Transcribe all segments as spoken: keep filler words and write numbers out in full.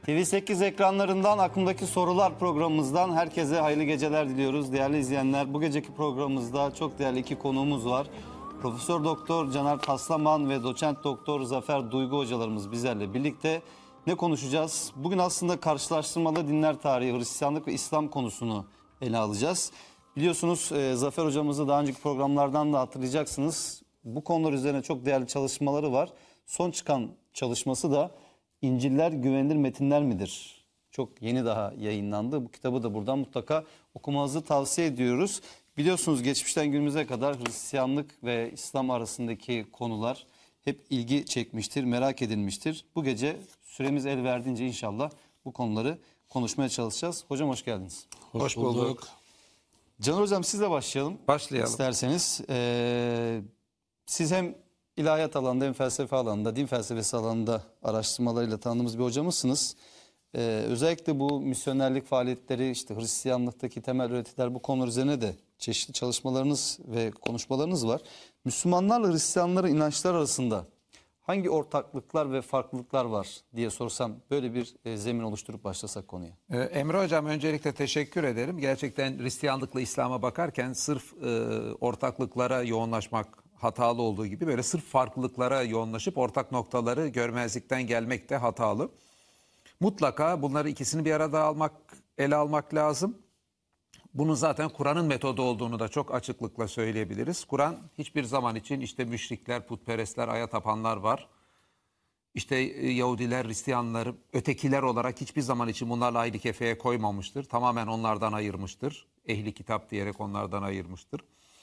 T V sekiz ekranlarından Aklımdaki Sorular programımızdan herkese hayırlı geceler diliyoruz. Değerli izleyenler, bu geceki programımızda çok değerli iki konuğumuz var. Profesör Doktor Caner Taslaman ve Doçent Doktor Zafer Duygu hocalarımız bizlerle birlikte ne konuşacağız? Bugün aslında karşılaştırmalı dinler tarihi, Hristiyanlık ve İslam konusunu ele alacağız. Biliyorsunuz e, Zafer hocamızı daha önceki programlardan da hatırlayacaksınız. Bu konular üzerine çok değerli çalışmaları var. Son çıkan çalışması da İnciller güvenilir metinler midir? Çok yeni daha yayınlandı. Bu kitabı da buradan mutlaka okumanızı tavsiye ediyoruz. Biliyorsunuz geçmişten günümüze kadar Hristiyanlık ve İslam arasındaki konular hep ilgi çekmiştir, merak edilmiştir. Bu gece süremiz el verdiğince inşallah bu konuları konuşmaya çalışacağız. Hocam hoş geldiniz. Hoş bulduk. Caner hocam sizle başlayalım. Başlayalım. İsterseniz. Ee, siz hem ilahiyat alanında hem felsefe alanında, din felsefesi alanında araştırmalarıyla tanıdığımız bir hocamızsınız. Ee, özellikle bu misyonerlik faaliyetleri, işte Hristiyanlıktaki temel öğretiler, bu konular üzerine de çeşitli çalışmalarınız ve konuşmalarınız var. Müslümanlarla Hristiyanların inançlar arasında hangi ortaklıklar ve farklılıklar var diye sorsam, böyle bir e, zemin oluşturup başlasak konuya. Ee, Emre Hocam, öncelikle teşekkür ederim. Gerçekten Hristiyanlıkla İslam'a bakarken sırf e, ortaklıklara yoğunlaşmak hatalı olduğu gibi böyle sırf farklılıklara yoğunlaşıp ortak noktaları görmezlikten gelmek de hatalı. Mutlaka bunları ikisini bir arada almak, ele almak lazım. Bunun zaten Kur'an'ın metodu olduğunu da çok açıklıkla söyleyebiliriz. Kur'an hiçbir zaman için işte müşrikler, putperestler, aya tapanlar var. İşte Yahudiler, Hristiyanlar, ötekiler olarak hiçbir zaman için bunlarla aynı kefeye koymamıştır. Tamamen onlardan ayırmıştır. Ehli kitap diyerek onlardan ayırmıştır.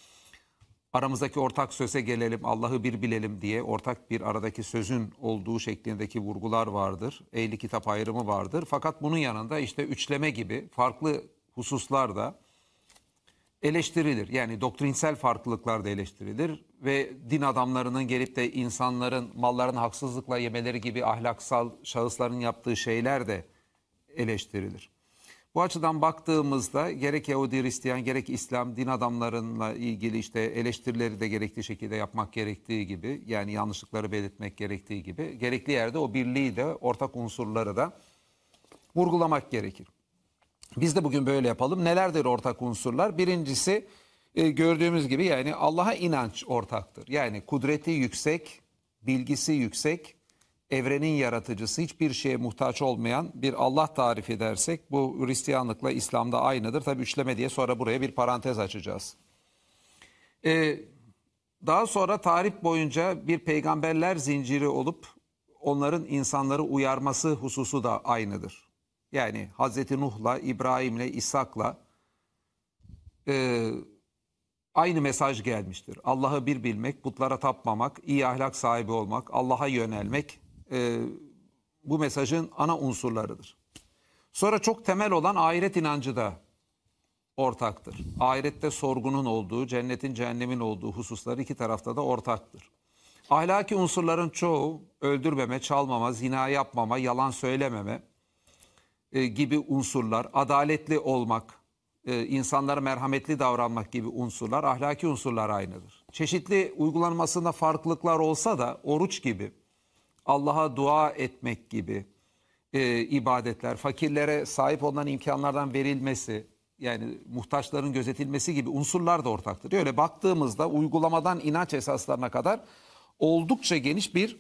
Aramızdaki ortak söze gelelim, Allah'ı bir bilelim diye ortak bir aradaki sözün olduğu şeklindeki vurgular vardır. Ehli kitap ayrımı vardır. Fakat bunun yanında işte üçleme gibi farklı hususlar da eleştirilir. Yani doktrinsel farklılıklar da eleştirilir ve din adamlarının gelip de insanların mallarını haksızlıkla yemeleri gibi ahlaksal şahısların yaptığı şeyler de eleştirilir. Bu açıdan baktığımızda gerek Yahudi, Hristiyan, gerek İslam din adamlarıyla ilgili işte eleştirileri de gerektiği şekilde yapmak gerektiği gibi, yani yanlışlıkları belirtmek gerektiği gibi, gerekli yerde o birliği de, ortak unsurları da vurgulamak gerekir. Biz de bugün böyle yapalım. Nelerdir ortak unsurlar? Birincisi e, gördüğümüz gibi yani Allah'a inanç ortaktır. Yani kudreti yüksek, bilgisi yüksek, evrenin yaratıcısı, hiçbir şeye muhtaç olmayan bir Allah tarif edersek bu Hristiyanlıkla İslam'da aynıdır. Tabii üçleme diye sonra buraya bir parantez açacağız. Ee, daha sonra tarih boyunca bir peygamberler zinciri olup onların insanları uyarması hususu da aynıdır. Yani Hazreti Nuh'la, İbrahim'le, İshak'la e, aynı mesaj gelmiştir. Allah'ı bir bilmek, putlara tapmamak, iyi ahlak sahibi olmak, Allah'a yönelmek e, bu mesajın ana unsurlarıdır. Sonra çok temel olan ahiret inancı da ortaktır. Ahirette sorgunun olduğu, cennetin cehennemin olduğu hususları iki tarafta da ortaktır. Ahlaki unsurların çoğu öldürmeme, çalmama, zina yapmama, yalan söylememe e, gibi unsurlar, adaletli olmak, e, insanlara merhametli davranmak gibi unsurlar, ahlaki unsurlar aynıdır. Çeşitli uygulanmasında farklılıklar olsa da oruç gibi, Allah'a dua etmek gibi e, ibadetler, fakirlere sahip olan imkanlardan verilmesi, yani muhtaçların gözetilmesi gibi unsurlar da ortaktır. Öyle baktığımızda uygulamadan inanç esaslarına kadar oldukça geniş bir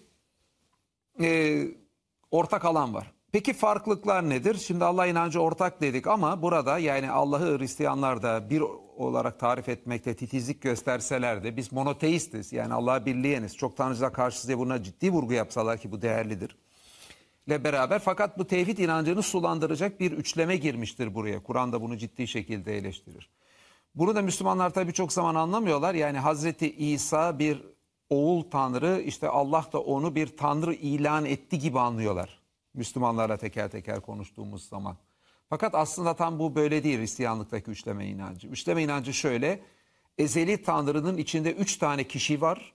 e, ortak alan var. Peki farklılıklar nedir? Şimdi Allah inancı ortak dedik ama burada yani Allah'ı Hristiyanlar da bir olarak tarif etmekte titizlik gösterseler de biz monoteistiz. Yani Allah'a birleyeniz. Çok tanrıcılar karşısız diye buna ciddi vurgu yapsalar ki bu değerlidir. ile beraber fakat bu tevhid inancını sulandıracak bir üçleme girmiştir buraya. Kur'an da bunu ciddi şekilde eleştirir. Bunu da Müslümanlar tabii çok zaman anlamıyorlar. Yani Hazreti İsa bir oğul tanrı, işte Allah da onu bir tanrı ilan etti gibi anlıyorlar. Müslümanlarla teker teker konuştuğumuz zaman. Fakat aslında tam bu böyle değil Hristiyanlıktaki üçleme inancı. Üçleme inancı şöyle: ezeli tanrının içinde üç tane kişi var.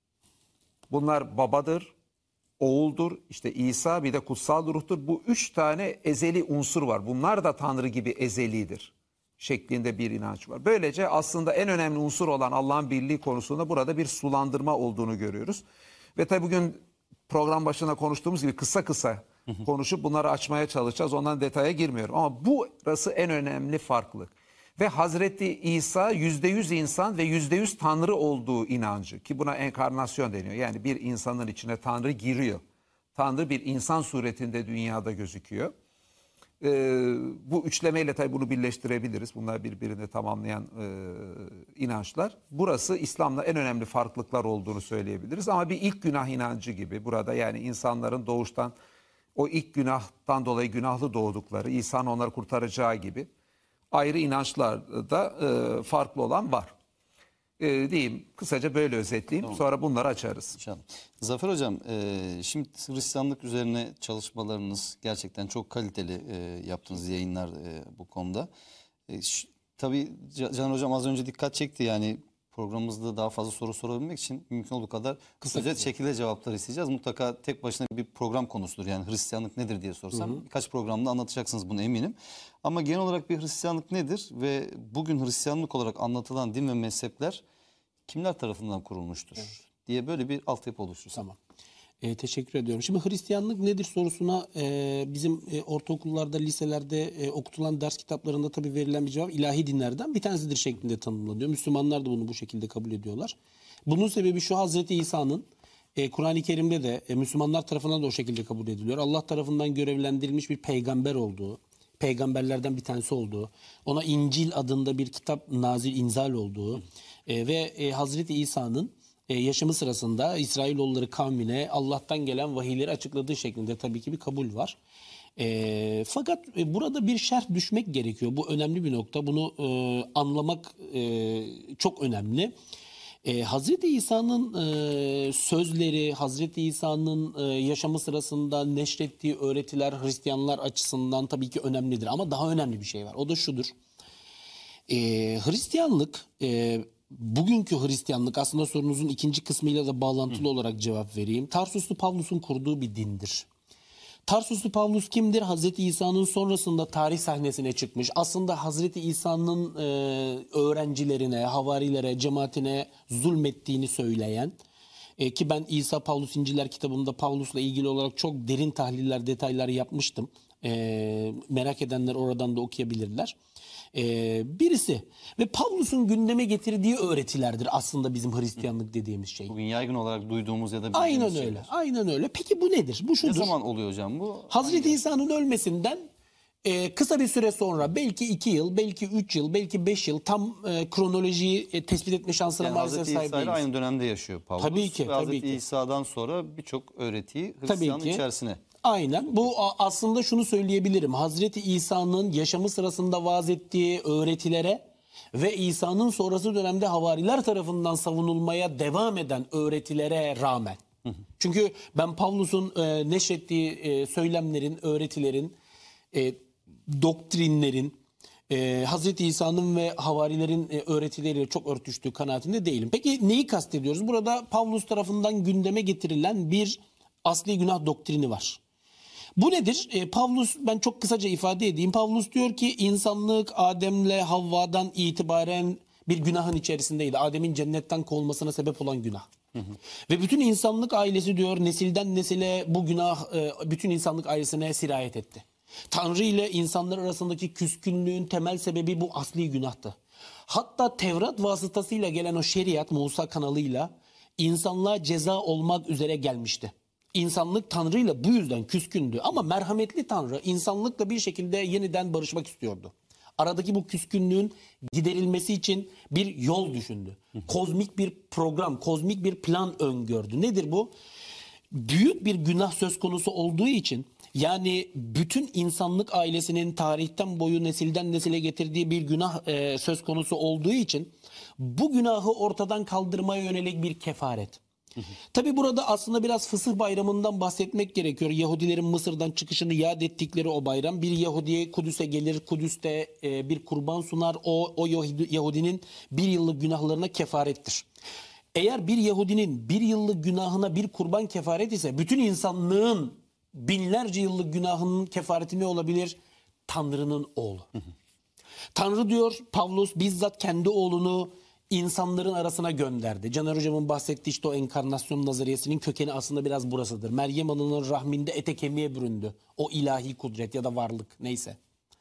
Bunlar babadır, oğuldur, işte İsa, bir de kutsal ruhtur. Bu üç tane ezeli unsur var. Bunlar da tanrı gibi ezelidir şeklinde bir inanç var. Böylece aslında en önemli unsur olan Allah'ın birliği konusunda burada bir sulandırma olduğunu görüyoruz. Ve tabi bugün program başında konuştuğumuz gibi kısa kısa konuşup bunları açmaya çalışacağız. Ondan detaya girmiyorum. Ama burası en önemli farklılık. Ve Hazreti İsa yüzde yüz insan ve yüzde yüz Tanrı olduğu inancı, ki buna enkarnasyon deniyor. Yani bir insanın içine Tanrı giriyor. Tanrı bir insan suretinde dünyada gözüküyor. Ee, bu üçlemeyle tabii bunu birleştirebiliriz. Bunlar birbirini tamamlayan e, inançlar. Burası İslam'la en önemli farklılıklar olduğunu söyleyebiliriz. Ama bir ilk günah inancı gibi burada, yani insanların doğuştan o ilk günahtan dolayı günahlı doğdukları, İsa'nın onları kurtaracağı gibi ayrı inançlarda e, farklı olan var. E, diyeyim, kısaca böyle özetleyeyim. Tamam. Sonra bunları açarız. İnşallah. Zafer Hocam, e, şimdi Hristiyanlık üzerine çalışmalarınız gerçekten çok kaliteli, e, yaptığınız yayınlar e, bu konuda. E, ş, tabii Can Hocam az önce dikkat çekti, yani programımızda daha fazla soru sorabilmek için mümkün olduğu kadar kısaca şekilde cevaplar isteyeceğiz. Mutlaka tek başına bir program konusudur. Yani Hristiyanlık nedir diye sorsam, hı hı, birkaç programda anlatacaksınız bunu, eminim. Ama genel olarak bir Hristiyanlık nedir ve bugün Hristiyanlık olarak anlatılan din ve mezhepler kimler tarafından kurulmuştur, evet, diye böyle bir altyapı oluştursun. Tamam. E, teşekkür ediyorum. Şimdi Hristiyanlık nedir sorusuna e, bizim e, ortaokullarda, liselerde e, okutulan ders kitaplarında tabii verilen bir cevap ilahi dinlerden bir tanesidir şeklinde tanımlanıyor. Müslümanlar da bunu bu şekilde kabul ediyorlar. Bunun sebebi şu: Hazreti İsa'nın e, Kur'an-ı Kerim'de de e, Müslümanlar tarafından da o şekilde kabul ediliyor. Allah tarafından görevlendirilmiş bir peygamber olduğu, peygamberlerden bir tanesi olduğu, ona İncil adında bir kitap nazil, inzal olduğu e, ve e, Hazreti İsa'nın e, yaşamı sırasında İsrailoğulları kavmine Allah'tan gelen vahiyleri açıkladığı şeklinde tabii ki bir kabul var. E, fakat e, burada bir şerh düşmek gerekiyor. Bu önemli bir nokta. Bunu e, anlamak e, çok önemli. Ee, Hazreti İsa'nın e, sözleri, Hazreti İsa'nın e, yaşamı sırasında neşrettiği öğretiler Hristiyanlar açısından tabii ki önemlidir. Ama daha önemli bir şey var. O da şudur. Ee, Hristiyanlık, e, bugünkü Hristiyanlık, aslında sorunuzun ikinci kısmıyla da bağlantılı Hı. olarak cevap vereyim. Tarsuslu Pavlus'un kurduğu bir dindir. Tarsuslu Pavlus kimdir? Hazreti İsa'nın sonrasında tarih sahnesine çıkmış. Aslında Hazreti İsa'nın e, öğrencilerine, havarilere, cemaatine zulmettiğini söyleyen, e, ki ben İsa Pavlus İnciller kitabımda Pavlus'la ilgili olarak çok derin tahliller, detaylar yapmıştım. E, merak edenler oradan da okuyabilirler. E, birisi ve Pavlus'un gündeme getirdiği öğretilerdir aslında bizim Hristiyanlık dediğimiz şey. Bugün yaygın olarak duyduğumuz ya da bildiğimiz Aynen şeyler. öyle. Aynen öyle. Peki bu nedir? Bu şudur. Ne zaman oluyor hocam bu? Hazreti İsa'nın ölmesinden e, kısa bir süre sonra, belki iki yıl, belki üç yıl, belki beş yıl, tam e, kronolojiyi e, tespit etme şansına yani maalesef Hazreti sahip İsa ile değiliz. aynı dönemde yaşıyor Pavlus. Tabii ki, Ve tabii Hazreti ki. İsa'dan sonra birçok öğretiyi Hristiyanlığın içerisine. Aynen. Bu aslında şunu söyleyebilirim. Hazreti İsa'nın yaşamı sırasında vaaz ettiği öğretilere ve İsa'nın sonrası dönemde havariler tarafından savunulmaya devam eden öğretilere rağmen. Hı hı. Çünkü ben Pavlus'un e, neşrettiği e, söylemlerin, öğretilerin, e, doktrinlerin, e, Hazreti İsa'nın ve havarilerin e, öğretileriyle çok örtüştüğü kanaatinde değilim. Peki neyi kastediyoruz? Burada Pavlus tarafından gündeme getirilen bir asli günah doktrini var. Bu nedir? E, Pavlus, ben çok kısaca ifade edeyim. Pavlus diyor ki insanlık Adem'le Havva'dan itibaren bir günahın içerisindeydi. Adem'in cennetten kovulmasına sebep olan günah. Hı hı. Ve bütün insanlık ailesi diyor nesilden nesile bu günah e, bütün insanlık ailesine sirayet etti. Tanrı ile insanlar arasındaki küskünlüğün temel sebebi bu asli günahtı. Hatta Tevrat vasıtasıyla gelen o şeriat Musa kanalıyla insanlığa ceza olmak üzere gelmişti. İnsanlık Tanrı'yla bu yüzden küskündü ama merhametli Tanrı insanlıkla bir şekilde yeniden barışmak istiyordu. Aradaki bu küskünlüğün giderilmesi için bir yol düşündü. Kozmik bir program, kozmik bir plan öngördü. Nedir bu? Büyük bir günah söz konusu olduğu için, yani bütün insanlık ailesinin tarihten boyu nesilden nesile getirdiği bir günah e, söz konusu olduğu için bu günahı ortadan kaldırmaya yönelik bir kefaret. Tabi burada aslında biraz Fısıh Bayramı'ndan bahsetmek gerekiyor. Yahudilerin Mısır'dan çıkışını yad ettikleri o bayram. Bir Yahudi Kudüs'e gelir, Kudüs'te e, bir kurban sunar. O, o Yahudinin bir yıllık günahlarına kefarettir. Eğer bir Yahudinin bir yıllık günahına bir kurban kefaret ise, bütün insanlığın binlerce yıllık günahının kefareti ne olabilir? Tanrı'nın oğlu. Hı hı. Tanrı diyor Pavlus bizzat kendi oğlunu insanların arasına gönderdi. Caner Hocam'ın bahsettiği işte o enkarnasyon nazariyesinin kökeni aslında biraz burasıdır. Meryem Ana'nın rahminde ete kemiğe büründü. O ilahi kudret ya da varlık neyse.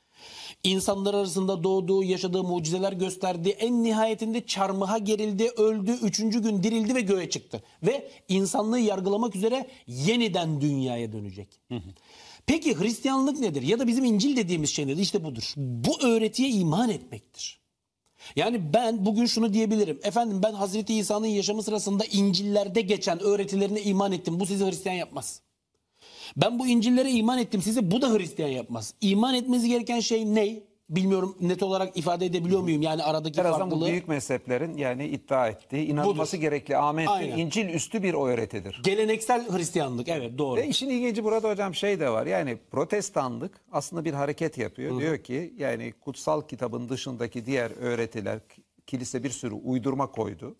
İnsanlar arasında doğduğu, yaşadığı mucizeler gösterdi. En nihayetinde çarmıha gerildi, öldü, üçüncü gün dirildi ve göğe çıktı. Ve insanlığı yargılamak üzere yeniden dünyaya dönecek. Hı hı. Peki Hristiyanlık nedir? Ya da bizim İncil dediğimiz şey nedir? İşte budur. Bu öğretiye iman etmektir. Yani ben bugün şunu diyebilirim. Efendim ben Hazreti İsa'nın yaşamı sırasında İncil'lerde geçen öğretilerine iman ettim. Bu sizi Hristiyan yapmaz. Ben bu İncil'lere iman ettim size, bu da Hristiyan yapmaz. İman etmesi gereken şey ne? Bilmiyorum net olarak ifade edebiliyor muyum? Yani aradaki Birazdan farklılığı. bu büyük mezheplerin yani iddia ettiği, inanılması Budur. gerekli amentü, Aynen. İncil üstü bir öğretidir. Geleneksel Hristiyanlık, evet doğru. Ve işin ilginci burada hocam şey de var. Yani protestanlık aslında bir hareket yapıyor. Hı. Diyor ki yani kutsal kitabın dışındaki diğer öğretiler, kilise bir sürü uydurma koydu.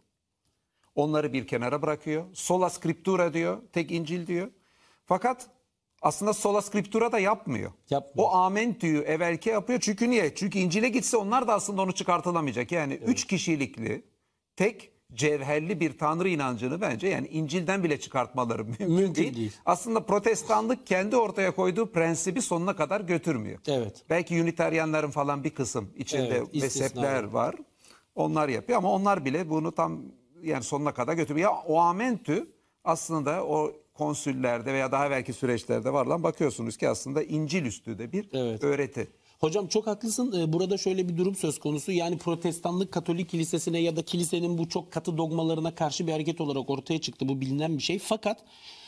Onları bir kenara bırakıyor. Sola scriptura diyor, tek İncil diyor. Fakat aslında sola scriptura da yapmıyor. Yapmıyor. O amentüyü evvelki yapıyor. Çünkü niye? Çünkü İncil'e gitse onlar da aslında onu çıkartılamayacak. Yani evet. üç kişilikli, tek cevherli bir tanrı inancını bence yani İncil'den bile çıkartmaları mümkün, Mümkün değil. değil. Aslında protestanlık kendi ortaya koyduğu prensibi sonuna kadar götürmüyor. Evet. Belki Unitarianların falan bir kısım içinde Evet, mezhepler istisna. var. Onlar yapıyor ama onlar bile bunu tam yani sonuna kadar götürüyor. Ya o amentü aslında o konsüllerde veya daha belki süreçlerde var lan bakıyorsunuz ki aslında İncil üstü de bir Evet. öğreti. Hocam çok haklısın. Ee, Burada şöyle bir durum söz konusu. Yani Protestanlık Katolik kilisesine ya da kilisenin bu çok katı dogmalarına karşı bir hareket olarak ortaya çıktı. Bu bilinen bir şey. Fakat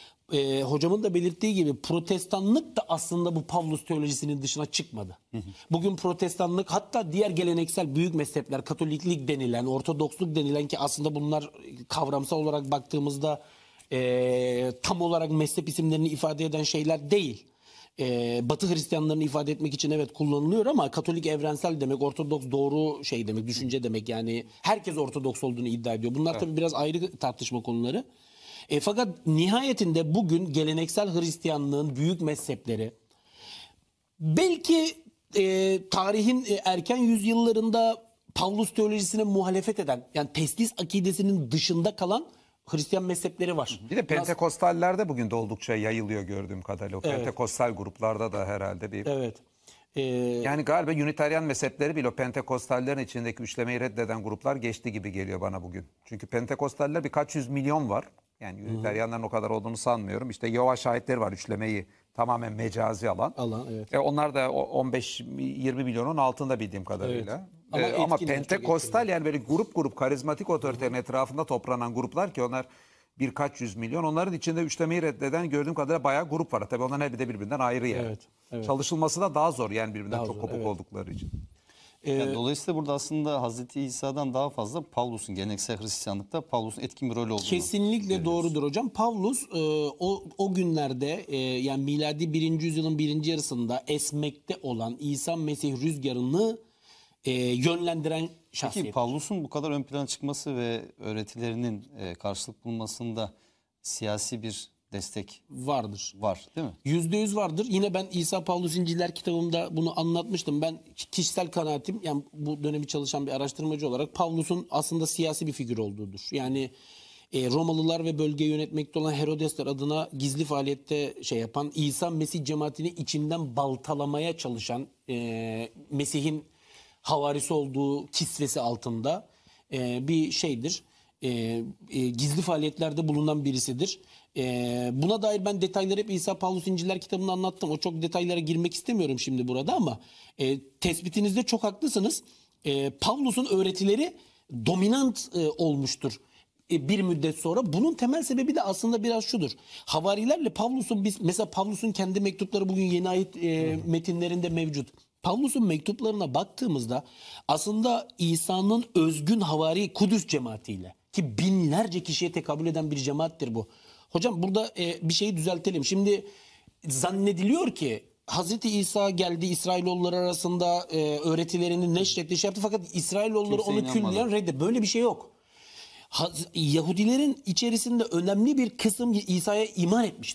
e, hocamın da belirttiği gibi Protestanlık da aslında bu Pavlus teolojisinin dışına çıkmadı. Bugün Protestanlık hatta diğer geleneksel büyük mezhepler, Katoliklik denilen, Ortodoksluk denilen ki aslında bunlar kavramsal olarak baktığımızda e, tam olarak mezhep isimlerini ifade eden şeyler değil. Ee, Batı Hristiyanlarını ifade etmek için evet kullanılıyor ama Katolik evrensel demek, Ortodoks doğru şey demek, düşünce demek yani herkes Ortodoks olduğunu iddia ediyor. Bunlar evet. Tabii biraz ayrı tartışma konuları. E, fakat nihayetinde bugün geleneksel Hristiyanlığın büyük mezhepleri belki e, tarihin e, erken yüzyıllarında Pavlus teolojisine muhalefet eden yani teslis akidesinin dışında kalan Hristiyan mezhepleri var. Bir de Pentekostaller de bugün de oldukça yayılıyor gördüğüm kadarıyla. O evet. Pentekostal gruplarda da herhalde bir... Evet. Ee, yani galiba Unitarian mezhepleri bile o Pentekostallerin içindeki üçlemeyi reddeden gruplar geçti gibi geliyor bana bugün. Çünkü Pentekostaller birkaç yüz milyon var. Yani Unitarianların o kadar olduğunu sanmıyorum. İşte Yehova şahitleri var üçlemeyi tamamen mecazi alan. Alan evet. E onlar da on beş yirmi milyonun altında bildiğim kadarıyla. Evet. Ama, ee, ama etkinler, Pentekostal yani böyle grup grup karizmatik otoritenin etrafında toplanan gruplar ki onlar birkaç yüz milyon. Onların içinde üçlemeyi reddeden gördüğüm kadarıyla bayağı grup var. Tabii onların her biri de birbirinden ayrı yani. Evet, evet. Çalışılması da daha zor yani birbirinden daha çok zor, kopuk evet. oldukları için. Yani dolayısıyla burada aslında Hazreti İsa'dan daha fazla Pavlus'un geleneksel Hristiyanlıkta Pavlus'un etkin bir rolü olduğunu kesinlikle görüyoruz. Doğrudur hocam. Pavlus e, o o günlerde e, yani miladi birinci yüzyılın birinci yarısında esmekte olan İsa Mesih rüzgarını e, yönlendiren şahsiyet. Peki Pavlus'un bu kadar ön plana çıkması ve öğretilerinin e, karşılık bulmasında siyasi bir destek vardır. Var değil mi? Yüzde yüz vardır. Yine ben İsa Pavlus İnciller kitabımda bunu anlatmıştım. Ben kişisel kanaatim yani bu dönemi çalışan bir araştırmacı olarak Pavlus'un aslında siyasi bir figür olduğudur. Yani e, Romalılar ve bölgeyi yönetmekte olan Herodesler adına gizli faaliyette şey yapan İsa Mesih cemaatini içinden baltalamaya çalışan e, Mesih'in havarisi olduğu kisvesi altında e, bir şeydir. E, e, gizli faaliyetlerde bulunan birisidir. E, buna dair ben detayları hep İsa Pavlus İnciller kitabında anlattım. O çok detaylara girmek istemiyorum şimdi burada ama e, tespitinizde çok haklısınız. E, Pavlus'un öğretileri dominant e, olmuştur e, bir müddet sonra. Bunun temel sebebi de aslında biraz şudur. Havarilerle Pavlus'un biz mesela Pavlus'un kendi mektupları bugün yeni ayet e, metinlerinde mevcut. Pavlus'un mektuplarına baktığımızda aslında İsa'nın özgün havari Kudüs cemaatiyle ki binlerce kişiye tekabül eden bir cemaattir bu. Hocam burada e, bir şeyi düzeltelim. Şimdi zannediliyor ki Hazreti İsa geldi İsrailoğulları arasında e, öğretilerini neşretti şey yaptı fakat İsrailoğulları Kimse onu inanmadı. külliyen reddetti. Böyle bir şey yok. Ha, Yahudilerin içerisinde önemli bir kısım İsa'ya iman etmiştir.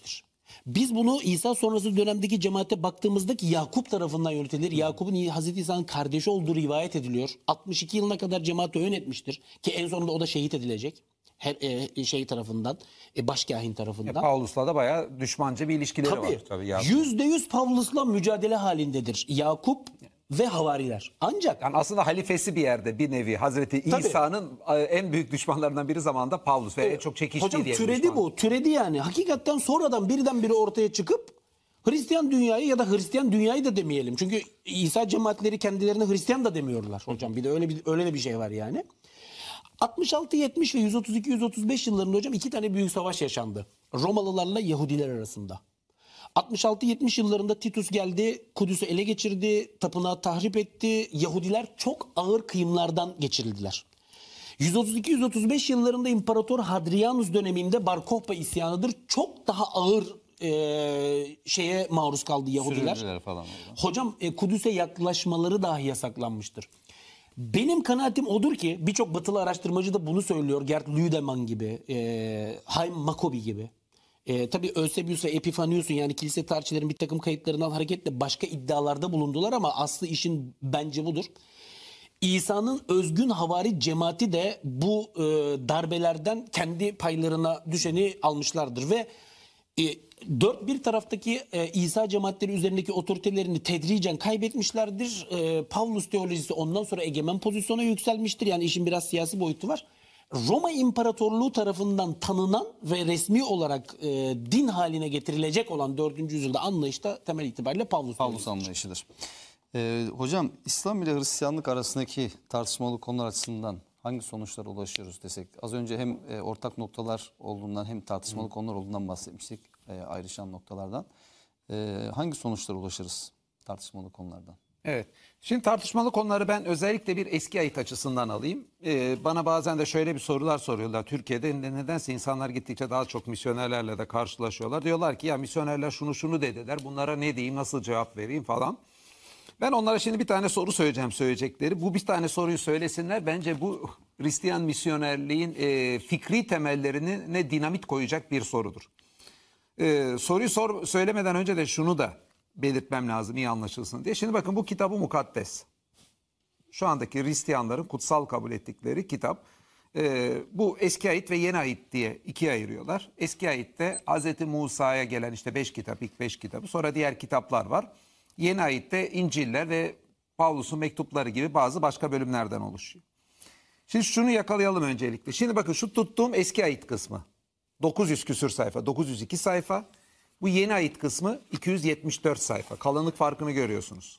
Biz bunu İsa sonrası dönemdeki cemaate baktığımızda ki Yakup tarafından yönetilir. Yakup'un Hazreti İsa'nın kardeşi olduğu rivayet ediliyor. altmış iki yılına kadar cemaate yönetmiştir. Ki en sonunda o da şehit edilecek. Her e, şey tarafından, e, başkahin tarafından. E, Pavlus'la da bayağı düşmanca bir ilişkileri Tabii, var. Tabii ya. yüzde yüz Pavlus'la mücadele halindedir Yakup ve havariler. Ancak Yani aslında halifesi bir yerde bir nevi Hazreti Tabii. İsa'nın e, en büyük düşmanlarından biri zamanında Pavlus ve en çok çekiştiği hocam diye. türedi düşman. bu. Türedi yani. Hakikaten sonradan birdenbire ortaya çıkıp Hristiyan dünyayı ya da Hristiyan dünyayı da demeyelim. Çünkü İsa cemaatleri kendilerine Hristiyan da demiyorlar hocam. Bir de öyle bir öyle de bir şey var yani. altmış altı yetmiş ve yüz otuz iki yüz otuz beş yıllarında hocam iki tane büyük savaş yaşandı. Romalılarla Yahudiler arasında. altmış altı yetmiş yıllarında Titus geldi, Kudüs'ü ele geçirdi, tapınağı tahrip etti. Yahudiler çok ağır kıyımlardan geçirildiler. yüz otuz iki yüz otuz beş yıllarında İmparator Hadrianus döneminde Bar Kokhba isyanıdır. Çok daha ağır e, şeye maruz kaldı Yahudiler. Sürüldüler falan orada. Hocam e, Kudüs'e yaklaşmaları dahi yasaklanmıştır. Benim kanaatim odur ki birçok batılı araştırmacı da bunu söylüyor. Gerd Lüdemann gibi, e, Haim Maccobi gibi. E, tabii Eusebius ve Epifanius'un yani kilise tarihçilerin bir takım kayıtlarından hareketle başka iddialarda bulundular ama aslı işin bence budur. İsa'nın özgün havari cemaati de bu e, darbelerden kendi paylarına düşeni almışlardır ve e, dört bir taraftaki e, İsa cemaatleri üzerindeki otoritelerini tedricen kaybetmişlerdir. E, Pavlus teolojisi ondan sonra egemen pozisyona yükselmiştir. Yani işin biraz siyasi boyutu var. Roma İmparatorluğu tarafından tanınan ve resmi olarak e, din haline getirilecek olan dördüncü yüzyılda anlayışta temel itibariyle Pavlus, Pavlus anlayışıdır. Ee, hocam İslam ile Hristiyanlık arasındaki tartışmalı konular açısından hangi sonuçlara ulaşıyoruz desek? Az önce hem e, ortak noktalar olduğundan hem tartışmalı konular olduğundan bahsetmiştik, e, ayrışan noktalardan. E, hangi sonuçlara ulaşırız tartışmalı konulardan? Evet. Şimdi tartışmalı konuları ben özellikle bir eski ayet açısından alayım. Ee, bana bazen de şöyle bir sorular soruyorlar. Türkiye'de nedense insanlar gittikçe daha çok misyonerlerle de karşılaşıyorlar. Diyorlar ki ya misyonerler şunu şunu dediler. Bunlara ne diyeyim, nasıl cevap vereyim falan. Ben onlara şimdi bir tane soru söyleyeceğim söyleyecekleri. Bu bir tane soruyu söylesinler. Bence bu Hristiyan misyonerliğin e, fikri temellerini ne dinamit koyacak bir sorudur. E, soruyu sor, söylemeden önce de şunu da belirtmem lazım iyi anlaşılsın diye. Şimdi bakın bu kitabı mukaddes. Şu andaki Hristiyanların kutsal kabul ettikleri kitap. Ee, bu eski ayet ve yeni ayet diye ikiye ayırıyorlar. Eski ayette Hazreti Musa'ya gelen işte beş kitap, ilk beş kitabı. Sonra diğer kitaplar var. Yeni ayette İncil'ler ve Pavlus'un mektupları gibi bazı başka bölümlerden oluşuyor. Şimdi şunu yakalayalım öncelikle. Şimdi bakın şu tuttuğum eski ayet kısmı. dokuz yüz küsür sayfa, dokuz yüz iki sayfa. Bu yeni ayet kısmı iki yüz yetmiş dört sayfa. Kalınlık farkını görüyorsunuz.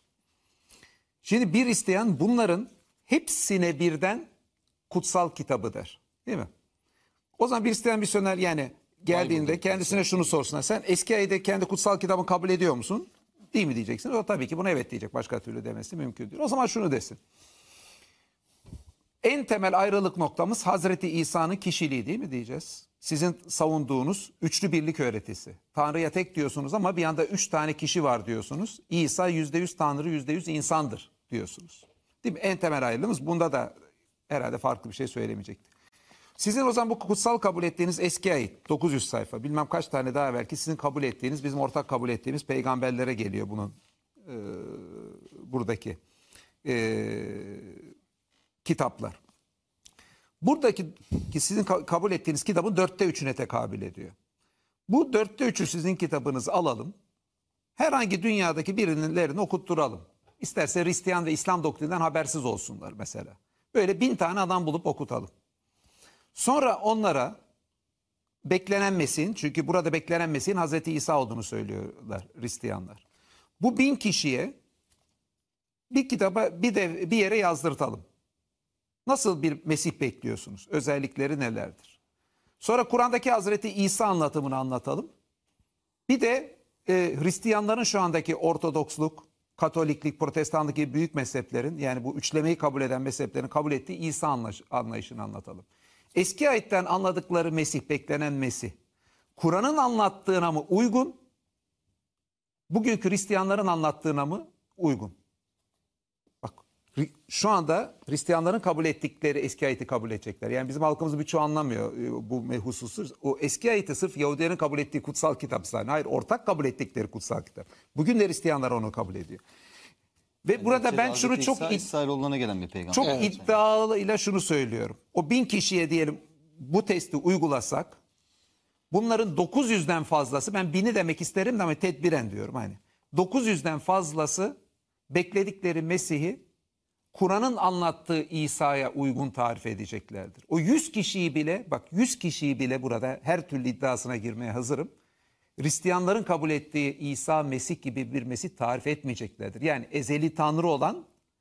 Şimdi bir isteyen bunların hepsine birden kutsal kitabı der. Değil mi? O zaman bir isteyen misyoner yani geldiğinde kendisine şunu sorsun. Sen eski ayette kendi kutsal kitabını kabul ediyor musun? Değil mi diyeceksin. O tabii ki buna evet diyecek. Başka türlü demesi mümkün değil. O zaman şunu desin. En temel ayrılık noktamız Hazreti İsa'nın kişiliği değil mi diyeceğiz? Sizin savunduğunuz üçlü birlik öğretisi. Tanrı'ya tek diyorsunuz ama bir yanda üç tane kişi var diyorsunuz. İsa yüzde yüz Tanrı, yüzde yüz insandır diyorsunuz. Değil mi? En temel ayrılığımız. Bunda da herhalde farklı bir şey söylemeyecekti. Sizin o zaman bu kutsal kabul ettiğiniz eski ayet dokuz yüz sayfa bilmem kaç tane daha belki sizin kabul ettiğiniz bizim ortak kabul ettiğimiz peygamberlere geliyor bunun e, buradaki e, kitaplar. Buradaki ki sizin kabul ettiğiniz kitabın dörtte üçüne tekabül ediyor. Bu dörtte üçü sizin kitabınızı alalım. Herhangi dünyadaki birilerini okutturalım. İsterse Hristiyan ve İslam doktrinden habersiz olsunlar mesela. Böyle bin tane adam bulup okutalım. Sonra onlara beklenen Mesih'in, çünkü burada beklenen Mesih'in Hazreti İsa olduğunu söylüyorlar Hristiyanlar. Bu bin kişiye bir kitaba bir de bir yere yazdırtalım. Nasıl bir Mesih bekliyorsunuz? Özellikleri nelerdir? Sonra Kur'an'daki Hazreti İsa anlatımını anlatalım. Bir de e, Hristiyanların şu andaki Ortodoksluk, Katoliklik, Protestanlık gibi büyük mezheplerin yani bu üçlemeyi kabul eden mezheplerin kabul ettiği İsa anlayış, anlayışını anlatalım. Eski ayetten anladıkları Mesih, beklenen Mesih, Kur'an'ın anlattığına mı uygun, bugünkü Hristiyanların anlattığına mı uygun? Bak, Şu anda Hristiyanların kabul ettikleri eski ayeti kabul edecekler. Yani bizim halkımız birçoğu anlamıyor bu hususu. O eski ayeti sırf Yahudilerin kabul ettiği kutsal kitap sayın. Hayır, ortak kabul ettikleri kutsal kitap. Bugün de Hristiyanlar onu kabul ediyor. Ve yani burada ben şunu çok İsa, İsrailoğullarına gelen bir peygamber. Çok evet. iddialıyla şunu söylüyorum. O bin kişiye diyelim bu testi uygulasak, bunların dokuz yüzden fazlası, ben bini demek isterim de ama tedbiren diyorum hani. dokuz yüzden fazlası bekledikleri Mesih'i Kur'an'ın anlattığı İsa'ya uygun tarif edeceklerdir. O yüz kişiyi bile, bak yüz kişiyi bile burada her türlü iddiasına girmeye hazırım. Hristiyanların kabul ettiği İsa Mesih gibi bir Mesih tarif etmeyeceklerdir. Yani ezeli Tanrı olan,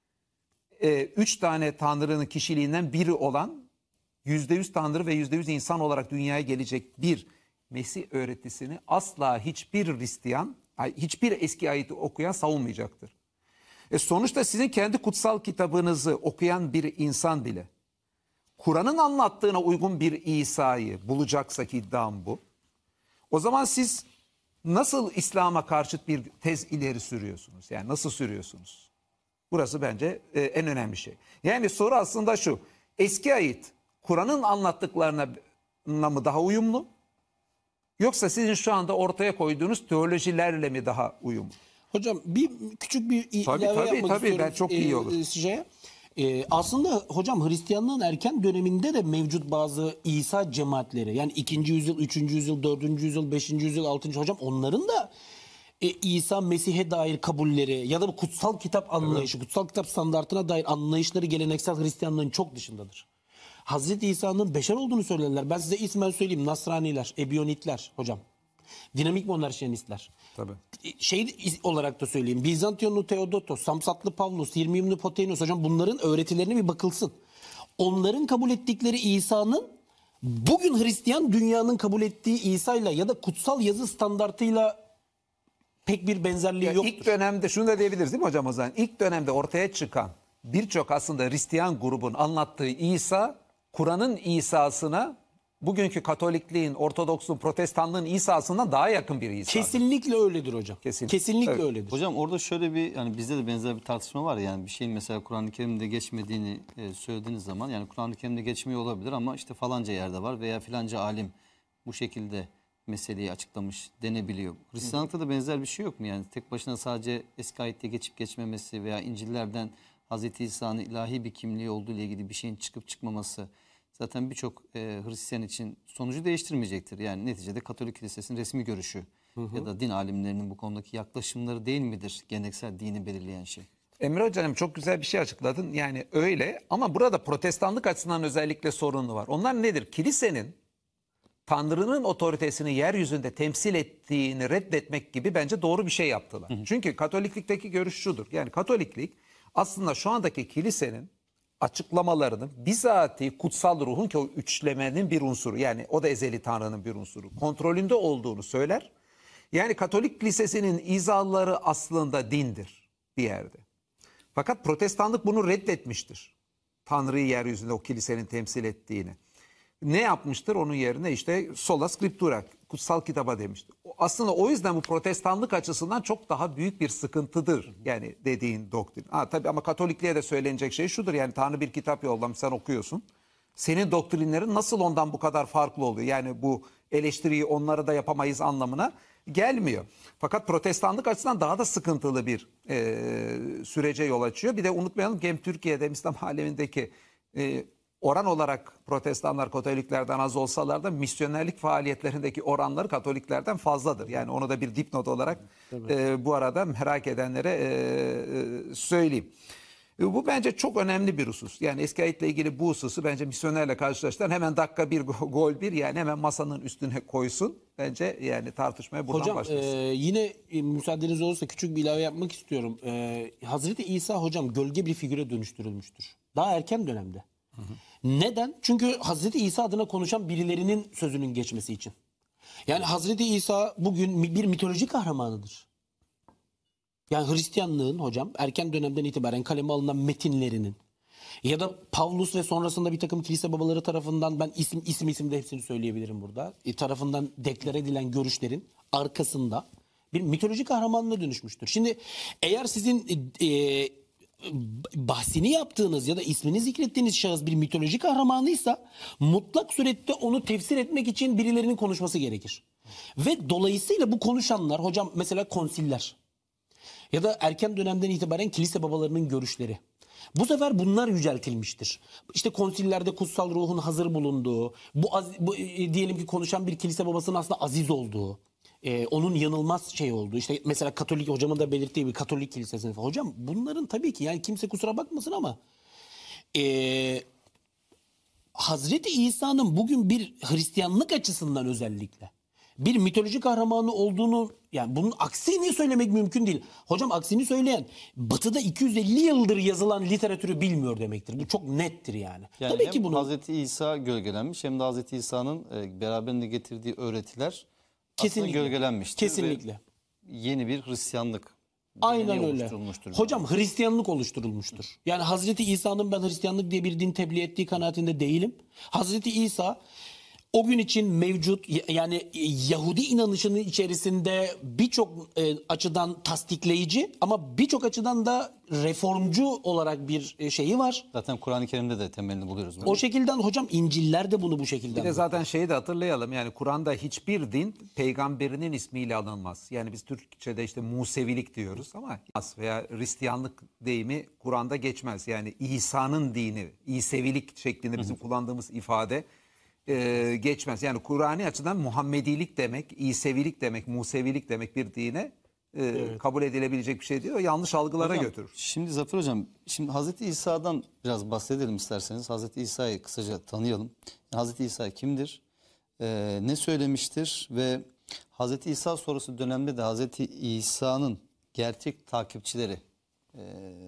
e, üç tane Tanrı'nın kişiliğinden biri olan, yüzde yüz Tanrı ve yüzde yüz insan olarak dünyaya gelecek bir Mesih öğretisini asla hiçbir Hristiyan, hiçbir eski ayeti okuyan savunmayacaktır. E sonuçta sizin kendi kutsal kitabınızı okuyan bir insan bile Kur'an'ın anlattığına uygun bir İsa'yı bulacaksa, ki iddiam bu, o zaman siz nasıl İslam'a karşıt bir tez ileri sürüyorsunuz? Yani nasıl sürüyorsunuz? Burası bence e, en önemli şey. Yani soru aslında şu: eski ayet Kur'an'ın anlattıklarına mı daha uyumlu? Yoksa sizin şu anda ortaya koyduğunuz teolojilerle mi daha uyumlu? Hocam bir küçük bir ilave tabii, yapmak tabii, tabii, istiyorum. ben çok iyi olur. E, şeye. E, aslında hocam Hristiyanlığın erken döneminde de mevcut bazı İsa cemaatleri, yani ikinci yüzyıl, üçüncü yüzyıl, dördüncü yüzyıl, beşinci yüzyıl, altıncı hocam onların da e, İsa Mesih'e dair kabulleri ya da bu kutsal kitap anlayışı, evet. kutsal kitap standartına dair anlayışları geleneksel Hristiyanlığın çok dışındadır. Hazreti İsa'nın beşer olduğunu söylerler. Ben size ismen söyleyeyim: Nasraniler, Ebiyonitler hocam. Dinamik monarşiyanistler. Tabii. Şey olarak da söyleyeyim: Bizantiyonlu Theodotos, Samsatlı Pavlus, Yirmiyumlu Potenos hocam, bunların öğretilerine bir bakılsın. Onların kabul ettikleri İsa'nın bugün Hristiyan dünyanın kabul ettiği İsa'yla ya da kutsal yazı standartıyla pek bir benzerliği yani yoktur. İlk dönemde şunu da diyebiliriz değil mi hocam o zaman? İlk dönemde ortaya çıkan birçok aslında Hristiyan grubun anlattığı İsa, Kur'an'ın İsa'sına, bugünkü Katolikliğin, Ortodoksluğun, Protestanlığın İsa'sından daha yakın bir İsa. Kesinlikle öyledir hocam. Kesinlikle, Kesinlikle evet. öyledir. Hocam orada şöyle bir, yani bizde de benzer bir tartışma var, yani bir şeyin mesela Kur'an-ı Kerim'de geçmediğini e, söylediğiniz zaman, yani Kur'an-ı Kerim'de geçmiyor olabilir ama işte falanca yerde var veya filanca alim bu şekilde meseleyi açıklamış denebiliyor. Hristiyanlıkta da benzer bir şey yok mu? Yani tek başına sadece eski ayette geçip geçmemesi veya İncil'lerden Hazreti İsa'nın ilahi bir kimliği olduğu ile ilgili bir şeyin çıkıp çıkmaması zaten birçok e, Hristiyan için sonucu değiştirmeyecektir. Yani neticede Katolik Kilisesi'nin resmi görüşü hı hı. ya da din alimlerinin bu konudaki yaklaşımları değil midir geleneksel dini belirleyen şey? Emre Hocam çok güzel bir şey açıkladın. Yani öyle, ama burada Protestanlık açısından özellikle sorunu var. Onlar nedir? Kilisenin Tanrı'nın otoritesini yeryüzünde temsil ettiğini reddetmek gibi bence doğru bir şey yaptılar. Hı hı. Çünkü Katoliklikteki görüş şudur: yani Katoliklik aslında şu andaki kilisenin açıklamalarının bizatihi kutsal ruhun, ki o üçlemenin bir unsuru, yani o da ezeli Tanrı'nın bir unsuru, kontrolünde olduğunu söyler. Yani Katolik Lisesi'nin izahları aslında dindir bir yerde. Fakat Protestanlık bunu reddetmiştir. Tanrı'yı yeryüzünde o kilisenin temsil ettiğini. Ne yapmıştır? Onun yerine işte sola scriptura, kutsal kitaba demiştir. Aslında o yüzden bu Protestanlık açısından çok daha büyük bir sıkıntıdır. Yani dediğin doktrin. Ha, tabii ama Katolikliğe de söylenecek şey şudur: yani Tanrı bir kitap yollamış, sen okuyorsun. Senin doktrinlerin nasıl ondan bu kadar farklı oluyor? Yani bu eleştiriyi onlara da yapamayız anlamına gelmiyor. Fakat Protestanlık açısından daha da sıkıntılı bir e, sürece yol açıyor. Bir de unutmayalım ki hem Türkiye'de hem İslam alemindeki e, oran olarak Protestanlar Katoliklerden az olsalar da misyonerlik faaliyetlerindeki oranları Katoliklerden fazladır. Yani onu da bir dipnot olarak e, bu arada merak edenlere e, e, söyleyeyim. E, bu bence çok önemli bir husus. Yani eski ayetle ilgili bu hususu bence misyonerle karşılaştıran hemen dakika bir gol bir, yani hemen masanın üstüne koysun. Bence yani tartışmaya buradan hocam, başlasın. Hocam e, yine e, müsaadeniz olursa küçük bir ilave yapmak istiyorum. E, Hazreti İsa hocam gölge bir figüre dönüştürülmüştür. Daha erken dönemde. Hı hı. Neden? Çünkü Hazreti İsa adına konuşan birilerinin sözünün geçmesi için. Yani Hazreti İsa bugün bir mitolojik kahramanıdır. Yani Hristiyanlığın hocam erken dönemden itibaren kaleme alınan metinlerinin ya da Pavlus ve sonrasında bir takım kilise babaları tarafından, ben isim isim isim de hepsini söyleyebilirim burada, e, tarafından deklar edilen görüşlerin arkasında bir mitolojik kahramanlığa dönüşmüştür. Şimdi eğer sizin e, bahsini yaptığınız ya da ismini zikrettiğiniz şahıs bir mitolojik kahramanıysa mutlak surette onu tefsir etmek için birilerinin konuşması gerekir. Ve dolayısıyla bu konuşanlar hocam mesela konsiller ya da erken dönemden itibaren kilise babalarının görüşleri. Bu sefer bunlar yüceltilmiştir. İşte konsillerde kutsal ruhun hazır bulunduğu, bu, az, bu e, diyelim ki konuşan bir kilise babasının aslında aziz olduğu, e, onun yanılmaz şey olduğu. İşte mesela Katolik hocamın da belirttiği bir Katolik kilisesinin falan. Hocam bunların tabii ki yani kimse kusura bakmasın ama e, Hazreti İsa'nın bugün bir Hristiyanlık açısından özellikle bir mitolojik kahramanı olduğunu, yani bunun aksini söylemek mümkün değil. Hocam aksini söyleyen Batı'da iki yüz elli yıldır yazılan literatürü bilmiyor demektir. Bu çok nettir yani. Yani Tabii hem ki bunu Hazreti İsa gölgelenmiş hem de Hazreti İsa'nın e, beraberinde getirdiği öğretiler kesinlikle aslında gölgelenmiştir. Kesinlikle. Ve yeni bir Hristiyanlık Aynen yeni öyle. oluşturulmuştur. Hocam Hristiyanlık oluşturulmuştur. Yani Hazreti İsa'nın ben Hristiyanlık diye bir din tebliğ ettiği kanaatinde değilim. Hazreti İsa o gün için mevcut yani Yahudi inanışının içerisinde birçok e, açıdan tasdikleyici ama birçok açıdan da reformcu olarak bir e, şeyi var. Zaten Kur'an-ı Kerim'de de temelini buluyoruz. Bunu. O şekilden hocam İncil'ler de bunu bu şekilde. Bir de zaten şeyi de hatırlayalım, yani Kur'an'da hiçbir din peygamberinin ismiyle anılmaz. Yani biz Türkçe'de işte Musevilik diyoruz ama veya Hristiyanlık deyimi Kur'an'da geçmez. Yani İsa'nın dini, İsevilik şeklinde bizim kullandığımız ifade e, geçmez. Yani Kur'an'ı açıdan Muhammedilik demek, İsevilik demek, Musevilik demek bir dine e, evet. kabul edilebilecek bir şey değil. O yanlış algılara Hocam, götürür. Şimdi Zafer Hocam, şimdi Hazreti İsa'dan biraz bahsedelim isterseniz. Hazreti İsa'yı kısaca tanıyalım. Hazreti İsa kimdir? Ee, ne söylemiştir? Ve Hazreti İsa sonrası dönemde de Hazreti İsa'nın gerçek takipçileri e,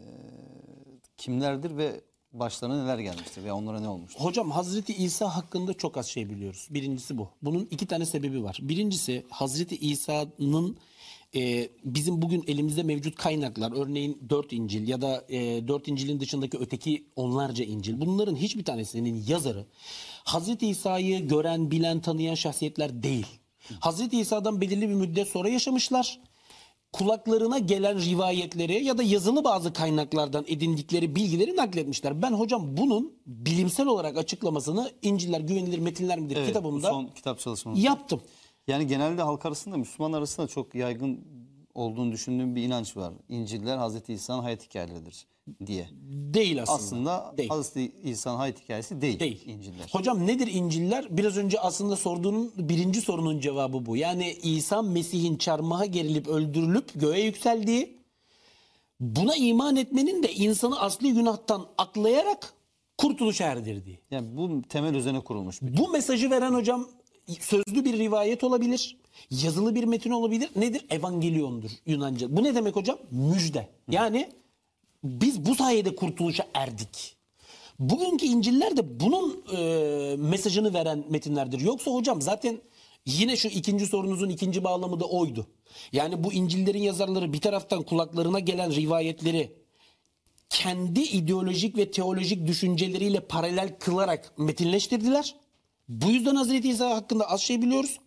kimlerdir ve başlarına neler gelmiştir veya onlara ne olmuştur? Hocam Hazreti İsa hakkında çok az şey biliyoruz. Birincisi bu. Bunun iki tane sebebi var. Birincisi Hazreti İsa'nın e, bizim bugün elimizde mevcut kaynaklar, örneğin dört İncil ya da e, dört İncil'in dışındaki öteki onlarca İncil. Bunların hiçbir tanesinin yazarı Hazreti İsa'yı gören, bilen, tanıyan şahsiyetler değil. Hazreti İsa'dan belirli bir müddet sonra yaşamışlar. Kulaklarına gelen rivayetleri ya da yazılı bazı kaynaklardan edindikleri bilgileri nakletmişler. Ben hocam bunun bilimsel olarak açıklamasını İncil'ler güvenilir metinler midir Evet, kitabımda son kitap çalışmanız. yaptım. Yani genelde halk arasında, Müslüman arasında çok yaygın olduğunu düşündüğüm bir inanç var. İncil'ler Hazreti İsa'nın hayat hikayeleridir diye. Değil aslında. Aslında değil. Hazreti İsa'nın hayat hikayesi değil, değil. İncil'ler. Hocam nedir İncil'ler? Biraz önce aslında sorduğunun birinci sorunun cevabı bu. Yani İsa Mesih'in çarmıha gerilip öldürülüp göğe yükseldiği, buna iman etmenin de insanı asli günahtan aklayarak kurtuluşa erdirdiği. Yani bu temel üzerine kurulmuş. Bir. Bu mesajı veren hocam sözlü bir rivayet olabilir, yazılı bir metin olabilir. Nedir? Evangelyondur Yunanca. Bu ne demek hocam? Müjde. Yani biz bu sayede kurtuluşa erdik. Bugünkü İncil'ler de bunun e, mesajını veren metinlerdir. Yoksa hocam zaten yine şu ikinci sorunuzun ikinci bağlamı da oydu. Yani bu İncil'lerin yazarları bir taraftan kulaklarına gelen rivayetleri kendi ideolojik ve teolojik düşünceleriyle paralel kılarak metinleştirdiler. Bu yüzden Hazreti İsa hakkında az şey biliyoruz.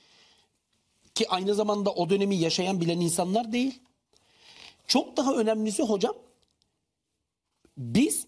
Ki aynı zamanda o dönemi yaşayan bilen insanlar değil. Çok daha önemlisi hocam, biz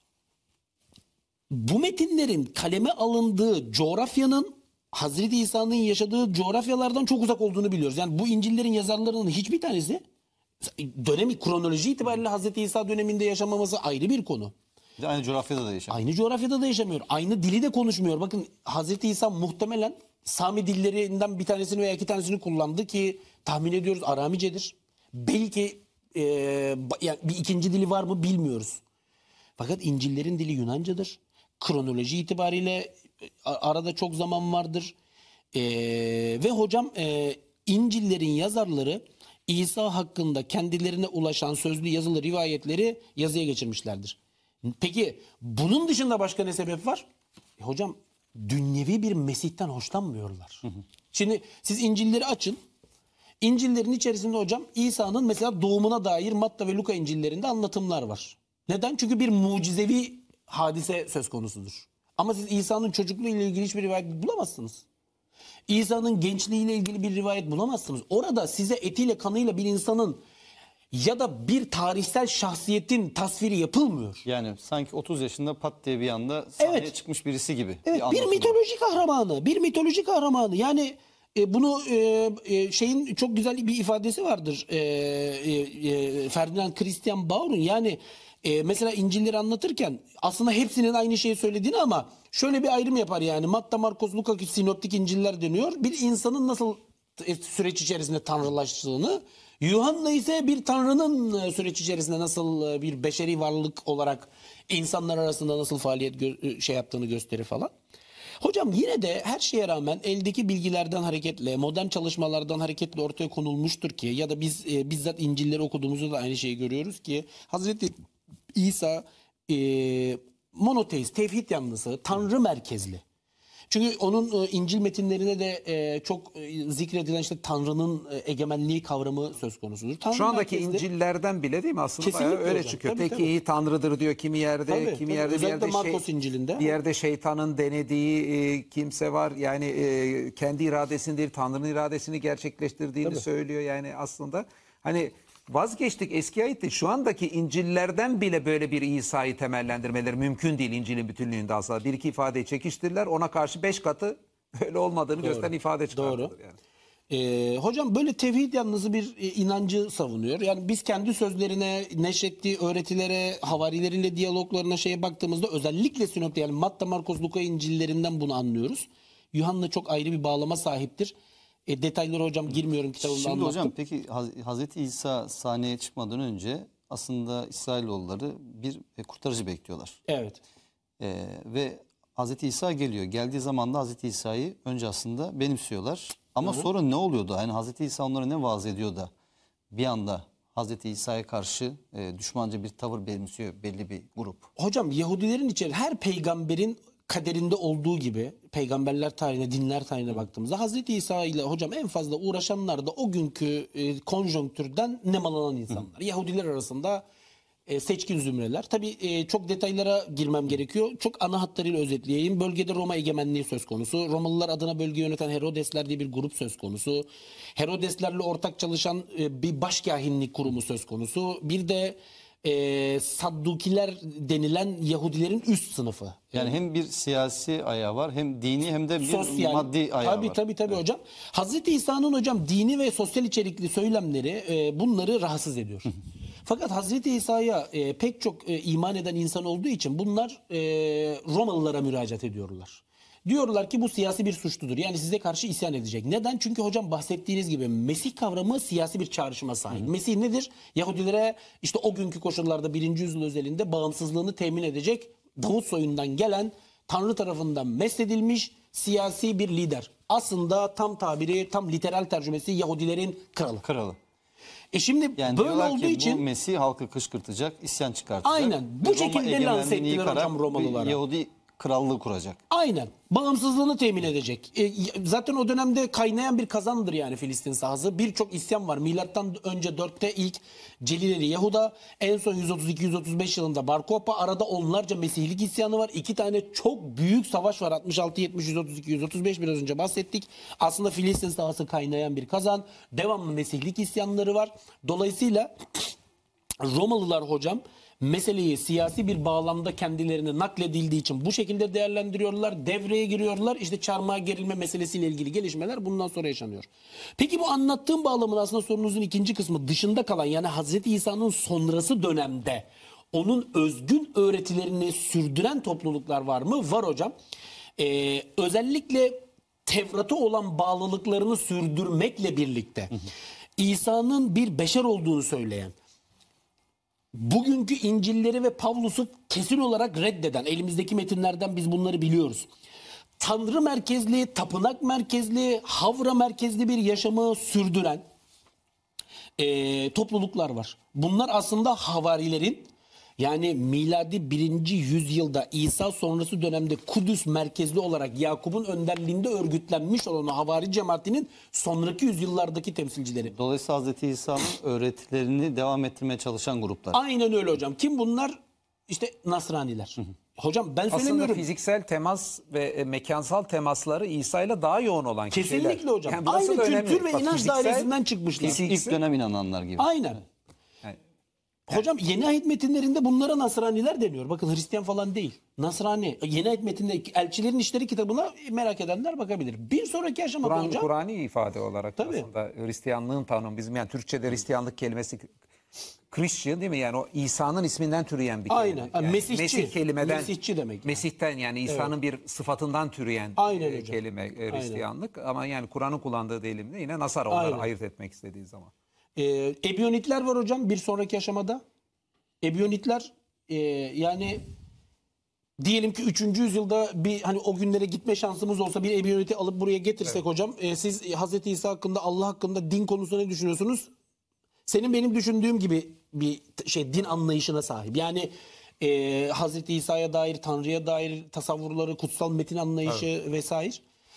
bu metinlerin kaleme alındığı coğrafyanın Hazreti İsa'nın yaşadığı coğrafyalardan çok uzak olduğunu biliyoruz. Yani bu İncil'lerin yazarlarının hiçbir tanesi dönemi kronoloji itibariyle Hazreti İsa döneminde yaşamaması ayrı bir konu. Aynı coğrafyada da yaşamıyor. Aynı coğrafyada da yaşamıyor. Aynı dili de konuşmuyor. Bakın Hazreti İsa muhtemelen Sami dillerinden bir tanesini veya iki tanesini kullandı ki tahmin ediyoruz Aramicedir. Belki e, yani bir ikinci dili var mı bilmiyoruz. Fakat İncil'lerin dili Yunancadır. Kronoloji itibariyle arada çok zaman vardır. E, ve hocam e, İncil'lerin yazarları İsa hakkında kendilerine ulaşan sözlü yazılı rivayetleri yazıya geçirmişlerdir. Peki bunun dışında başka ne sebep var? E, hocam dünyevi bir Mesih'ten hoşlanmıyorlar. Hı hı. Şimdi siz İncil'leri açın. İncil'lerin içerisinde hocam İsa'nın mesela doğumuna dair Matta ve Luka İncil'lerinde anlatımlar var. Neden? Çünkü bir mucizevi hadise söz konusudur. Ama siz İsa'nın çocukluğu ile ilgili hiçbir rivayet bulamazsınız. İsa'nın gençliğiyle ilgili bir rivayet bulamazsınız. Orada size etiyle kanıyla bir insanın ya da bir tarihsel şahsiyetin tasviri yapılmıyor. Yani sanki otuz yaşında pat diye bir anda sahneye Evet. çıkmış birisi gibi. Evet, bir anlatım. mitoloji kahramanı, bir mitoloji kahramanı. Yani e, bunu e, e, şeyin çok güzel bir ifadesi vardır. E, e, e, Ferdinand Christian Baur'un, yani e, mesela İncil'leri anlatırken aslında hepsinin aynı şeyi söylediğini ama şöyle bir ayrım yapar yani. Matta, Markos, Luka sinoptik İncil'ler deniyor. Bir insanın nasıl e, süreç içerisinde tanrılaştığını, Yuhanna ise bir tanrının e, süreç içerisinde nasıl e, bir beşeri varlık olarak insanlar arasında nasıl faaliyet gö- şey yaptığını gösterir falan. Hocam yine de her şeye rağmen eldeki bilgilerden hareketle, modern çalışmalardan hareketle ortaya konulmuştur ki, ya da biz e, bizzat İncil'leri okuduğumuzda da aynı şeyi görüyoruz ki Hazreti İsa e, monoteist, tevhid yanlısı, tanrı merkezli. Çünkü onun e, İncil metinlerine de e, çok e, zikredilen işte Tanrı'nın e, egemenliği kavramı söz konusudur. Tanrı Şu andaki merkezli- İncil'lerden bile değil mi aslında Kesinlikle bayağı öyle hocam. çıkıyor. Tabii, Peki tabii. iyi Tanrı'dır diyor kimi yerde, Tabii, kimi tabii. yerde bir Özellikle yerde şey, Markos İncil'inde. bir yerde şeytanın denediği e, kimse var. Yani e, kendi iradesini değil Tanrı'nın iradesini gerçekleştirdiğini Tabii. söylüyor. Yani aslında hani vazgeçtik eski ayette, şu andaki İncil'lerden bile böyle bir İsa'yı temellendirmeleri mümkün değil İncil'in bütünlüğünde aslında. Bir iki ifadeyi çekiştirirler, ona karşı beş katı öyle olmadığını gösteren ifade çıkartılır. Doğru. Yani. Ee, hocam böyle tevhid yanlısı bir e, inancı savunuyor. Yani biz kendi sözlerine, neşrettiği öğretilere, havarileriyle diyaloglarına şeye baktığımızda özellikle sinoptik, yani Matta, Markos, Luka İncil'lerinden bunu anlıyoruz. Yuhanna çok ayrı bir bağlama sahiptir. E, detaylara hocam girmiyorum, kitabımda Şimdi anlattım. hocam peki Haz- Hazreti İsa sahneye çıkmadan önce aslında İsrailoğulları bir e, kurtarıcı bekliyorlar. Evet. Ee, ve Hazreti İsa geliyor. Geldiği zaman da Hazreti İsa'yı önce aslında benimsiyorlar. Ama sonra ne oluyordu? Yani Hazreti İsa onlara ne vaaz ediyor da bir anda Hazreti İsa'ya karşı e, düşmanca bir tavır benimsiyor belli bir grup. Hocam Yahudilerin içeri her peygamberin kaderinde olduğu gibi peygamberler tarihine, dinler tarihine baktığımızda Hazreti İsa ile hocam en fazla uğraşanlar da o günkü e, konjonktürden nemalanan insanlar. Yahudiler arasında e, seçkin zümreler. Tabii e, çok detaylara girmem gerekiyor. Çok ana hatlarıyla özetleyeyim. Bölgede Roma egemenliği söz konusu. Romalılar adına bölgeyi yöneten Herodesler diye bir grup söz konusu. Herodeslerle ortak çalışan e, bir başkahinlik kurumu söz konusu. Bir de e, Saddukiler denilen Yahudilerin üst sınıfı. Yani hem bir siyasi ayağı var, hem dini hem de bir Sosyal, maddi ayağı tabii, var. Tabii tabii hocam. Hazreti İsa'nın hocam dini ve sosyal içerikli söylemleri e, bunları rahatsız ediyor. Fakat Hazreti İsa'ya e, pek çok e, iman eden insan olduğu için bunlar e, Romalılara müracaat ediyorlar. Diyorlar ki bu siyasi bir suçludur. Yani size karşı isyan edecek. Neden? Çünkü hocam bahsettiğiniz gibi Mesih kavramı siyasi bir çağrışıma sahip. Mesih nedir? Yahudilere işte o günkü koşullarda birinci yüzyıl özelinde bağımsızlığını temin edecek Davut soyundan gelen, Tanrı tarafından mesedilmiş siyasi bir lider. Aslında tam tabiri, tam literal tercümesi Yahudilerin kralı. Kralı. E şimdi Yani böyle diyorlar olduğu ki için bu Mesih halkı kışkırtacak, isyan çıkartacak. Aynen. Bu Ve şekilde Roma lanse egemenliğini ettiler yıkarak hocam Romalılara. bir Yahudi krallığı kuracak. aynen bağımsızlığını temin edecek. E, zaten o dönemde kaynayan bir kazandır yani Filistin sahası. Birçok isyan var. Milattan önce dörtte ilk Celileli Yahuda, en son yüz otuz iki yüz otuz beş yılında Bar Kokhba, arada onlarca Mesihlik isyanı var. İki tane çok büyük savaş var. altmış altı yetmiş yüz otuz iki yüz otuz beş biraz önce bahsettik. Aslında Filistin sahası kaynayan bir kazan. Devamlı Mesihlik isyanları var. Dolayısıyla Romalılar hocam meseleyi siyasi bir bağlamda kendilerine nakledildiği için bu şekilde değerlendiriyorlar. Devreye giriyorlar. İşte çarmıha gerilme meselesiyle ilgili gelişmeler bundan sonra yaşanıyor. Peki bu anlattığım bağlamın aslında sorunuzun ikinci kısmı dışında kalan, yani Hazreti İsa'nın sonrası dönemde onun özgün öğretilerini sürdüren topluluklar var mı? Var hocam. Ee, özellikle Tevrat'a olan bağlılıklarını sürdürmekle birlikte İsa'nın bir beşer olduğunu söyleyen, bugünkü İncil'leri ve Pavlus'u kesin olarak reddeden, elimizdeki metinlerden biz bunları biliyoruz. Tanrı merkezli, tapınak merkezli, havra merkezli bir yaşamı sürdüren e, topluluklar var. Bunlar aslında havarilerin, yani miladi birinci yüzyılda İsa sonrası dönemde Kudüs merkezli olarak Yakup'un önderliğinde örgütlenmiş olan o havari cemaatinin sonraki yüzyıllardaki temsilcileri. Dolayısıyla Hazreti İsa'nın öğretilerini devam ettirmeye çalışan gruplar. Aynen öyle hocam. Kim bunlar? İşte Nasraniler. Hocam ben Aslında söylemiyorum. fiziksel temas ve e, mekansal temasları İsa ile daha yoğun olan kişiler. Kesinlikle hocam. burası Aynı da önemli. kültür ve Bak, inanç fiziksel- dairesinden çıkmışlar. İlk, ilk dönem inananlar gibi. Aynen. Hocam yeni ayet metinlerinde bunlara Nasraniler deniyor. Bakın Hristiyan falan değil. Nasrani. Yeni ayet metninde Elçilerin İşleri kitabına merak edenler bakabilir. Bir sonraki aşamada Kur'an, hocam. Kur'ani ifade olarak Tabii. aslında Hristiyanlığın tanımı bizim yani Türkçe'de Hristiyanlık kelimesi Christian değil mi? Yani o İsa'nın isminden türeyen bir kelime. Aynen. Yani Mesihçi. Mesih kelimeden. Mesihçi demek yani. Mesih'ten yani İsa'nın bir sıfatından türeyen Aynen e, hocam. kelime e, Hristiyanlık. Ama yani Kur'an'ın kullandığı delimde yine Nasara onları Aynen. ayırt etmek istediği zaman. Ee, Ebiyonitler var hocam bir sonraki aşamada. Ebiyonitler e, yani diyelim ki üçüncü yüzyılda bir hani o günlere gitme şansımız olsa bir Ebiyoniti alıp buraya getirsek evet. hocam. E, siz Hazreti İsa hakkında, Allah hakkında, din konusunda ne düşünüyorsunuz? Senin benim düşündüğüm gibi bir şey din anlayışına sahip. Yani e, Hazreti İsa'ya dair, Tanrı'ya dair tasavvurları, kutsal metin anlayışı evet. vesaire.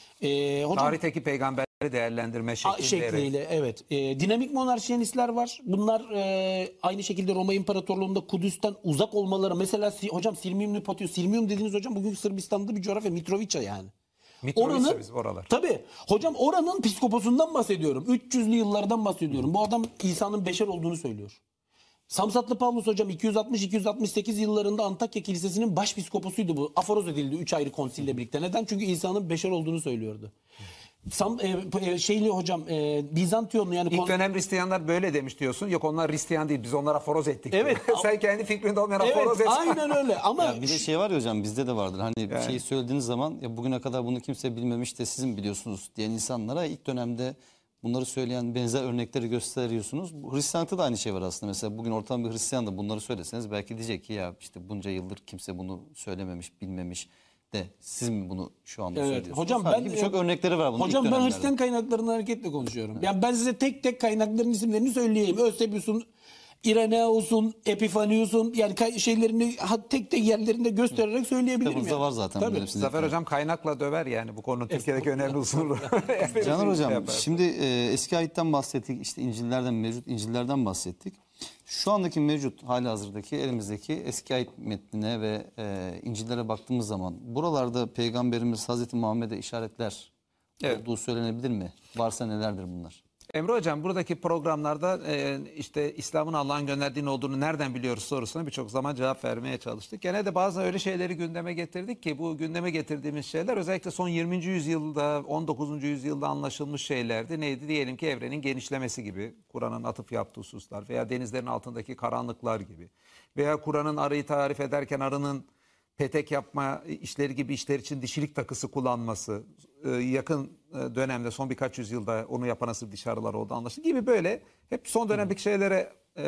E, hocam, Tarihteki peygamberleri değerlendirme şekli şekliyle evet. E, dinamik monarşiyenistler var. Bunlar e, aynı şekilde Roma İmparatorluğu'nda Kudüs'ten uzak olmaları. Mesela hocam Sirmium Nipotio. Sirmium dediğiniz hocam bugün Sırbistan'da bir coğrafya. Mitrovica yani. Mitrovica bizim oralar. Tabii. Hocam oranın psikoposundan bahsediyorum. üç yüzlü yıllardan bahsediyorum. Bu adam İsa'nın beşer olduğunu söylüyor. Samsatlı Pavlus hocam iki yüz altmış iki yüz altmış sekiz yıllarında Antakya Kilisesi'nin başpiskoposuydu bu. Aforoz edildi üç ayrı konsille birlikte. Neden? Çünkü İsa'nın beşer olduğunu söylüyordu. Sam, e, şeyli hocam e, Bizantiyonlu yani İlk dönem Hristiyanlar böyle demiş diyorsun. Yok onlar Hristiyan değil. Biz onlara aforoz ettik. Evet. Sen kendi fikrinde olmayan evet, aforoz et. aynen öyle. Ama ya bir de şey var ya hocam bizde de vardır. Hani yani. bir şey söylediğiniz zaman ya bugüne kadar bunu kimse bilmemiş de siz mi biliyorsunuz diyen insanlara ilk dönemde bunları söyleyen benzer örnekleri gösteriyorsunuz. Hristiyanlıkta da aynı şey var aslında. Mesela bugün ortam bir Hristiyan da bunları söyleseniz belki diyecek ki ya işte bunca yıldır kimse bunu söylememiş, bilmemiş de siz mi bunu şu anda evet. söylüyorsunuz? Hocam Halbuki ben birçok örnekleri var bunun. Hocam ben Hristiyan kaynaklarından hareketle konuşuyorum. Evet. Yani ben size tek tek kaynakların isimlerini söyleyeyim. Eusebius'un, Irenaeus'un, Epifanius'un yani şeylerini tek tek yerlerinde göstererek söyleyebilirim. Kitabımızda yani. var zaten. Tabii. Zafer hocam kaynakla döver yani bu konunun Türkiye'deki önemli usulü. Caner hocam şimdi e, eski ayetten bahsettik. İşte İncil'lerden mevcut İncil'lerden bahsettik. Şu andaki mevcut halihazırdaki elimizdeki eski ayet metnine ve e, İncil'lere baktığımız zaman buralarda Peygamberimiz Hazreti Muhammed'e işaretler evet. olduğu söylenebilir mi? Varsa nelerdir bunlar? Emre hocam buradaki programlarda e, işte İslam'ın Allah'ın gönderdiğini olduğunu nereden biliyoruz sorusuna birçok zaman cevap vermeye çalıştık. Gene de bazı öyle şeyleri gündeme getirdik ki bu gündeme getirdiğimiz şeyler özellikle son yirminci yüzyılda on dokuzuncu yüzyılda anlaşılmış şeylerdi. Neydi? Diyelim ki evrenin genişlemesi gibi Kur'an'ın atıf yaptığı hususlar veya denizlerin altındaki karanlıklar gibi veya Kur'an'ın arıyı tarif ederken arının petek yapma işleri gibi işler için dişilik takısı kullanması, yakın dönemde son birkaç yüzyılda onu yapan nasıl diş arıları oldu anlaşıldı gibi böyle hep son dönemdeki şeylere e,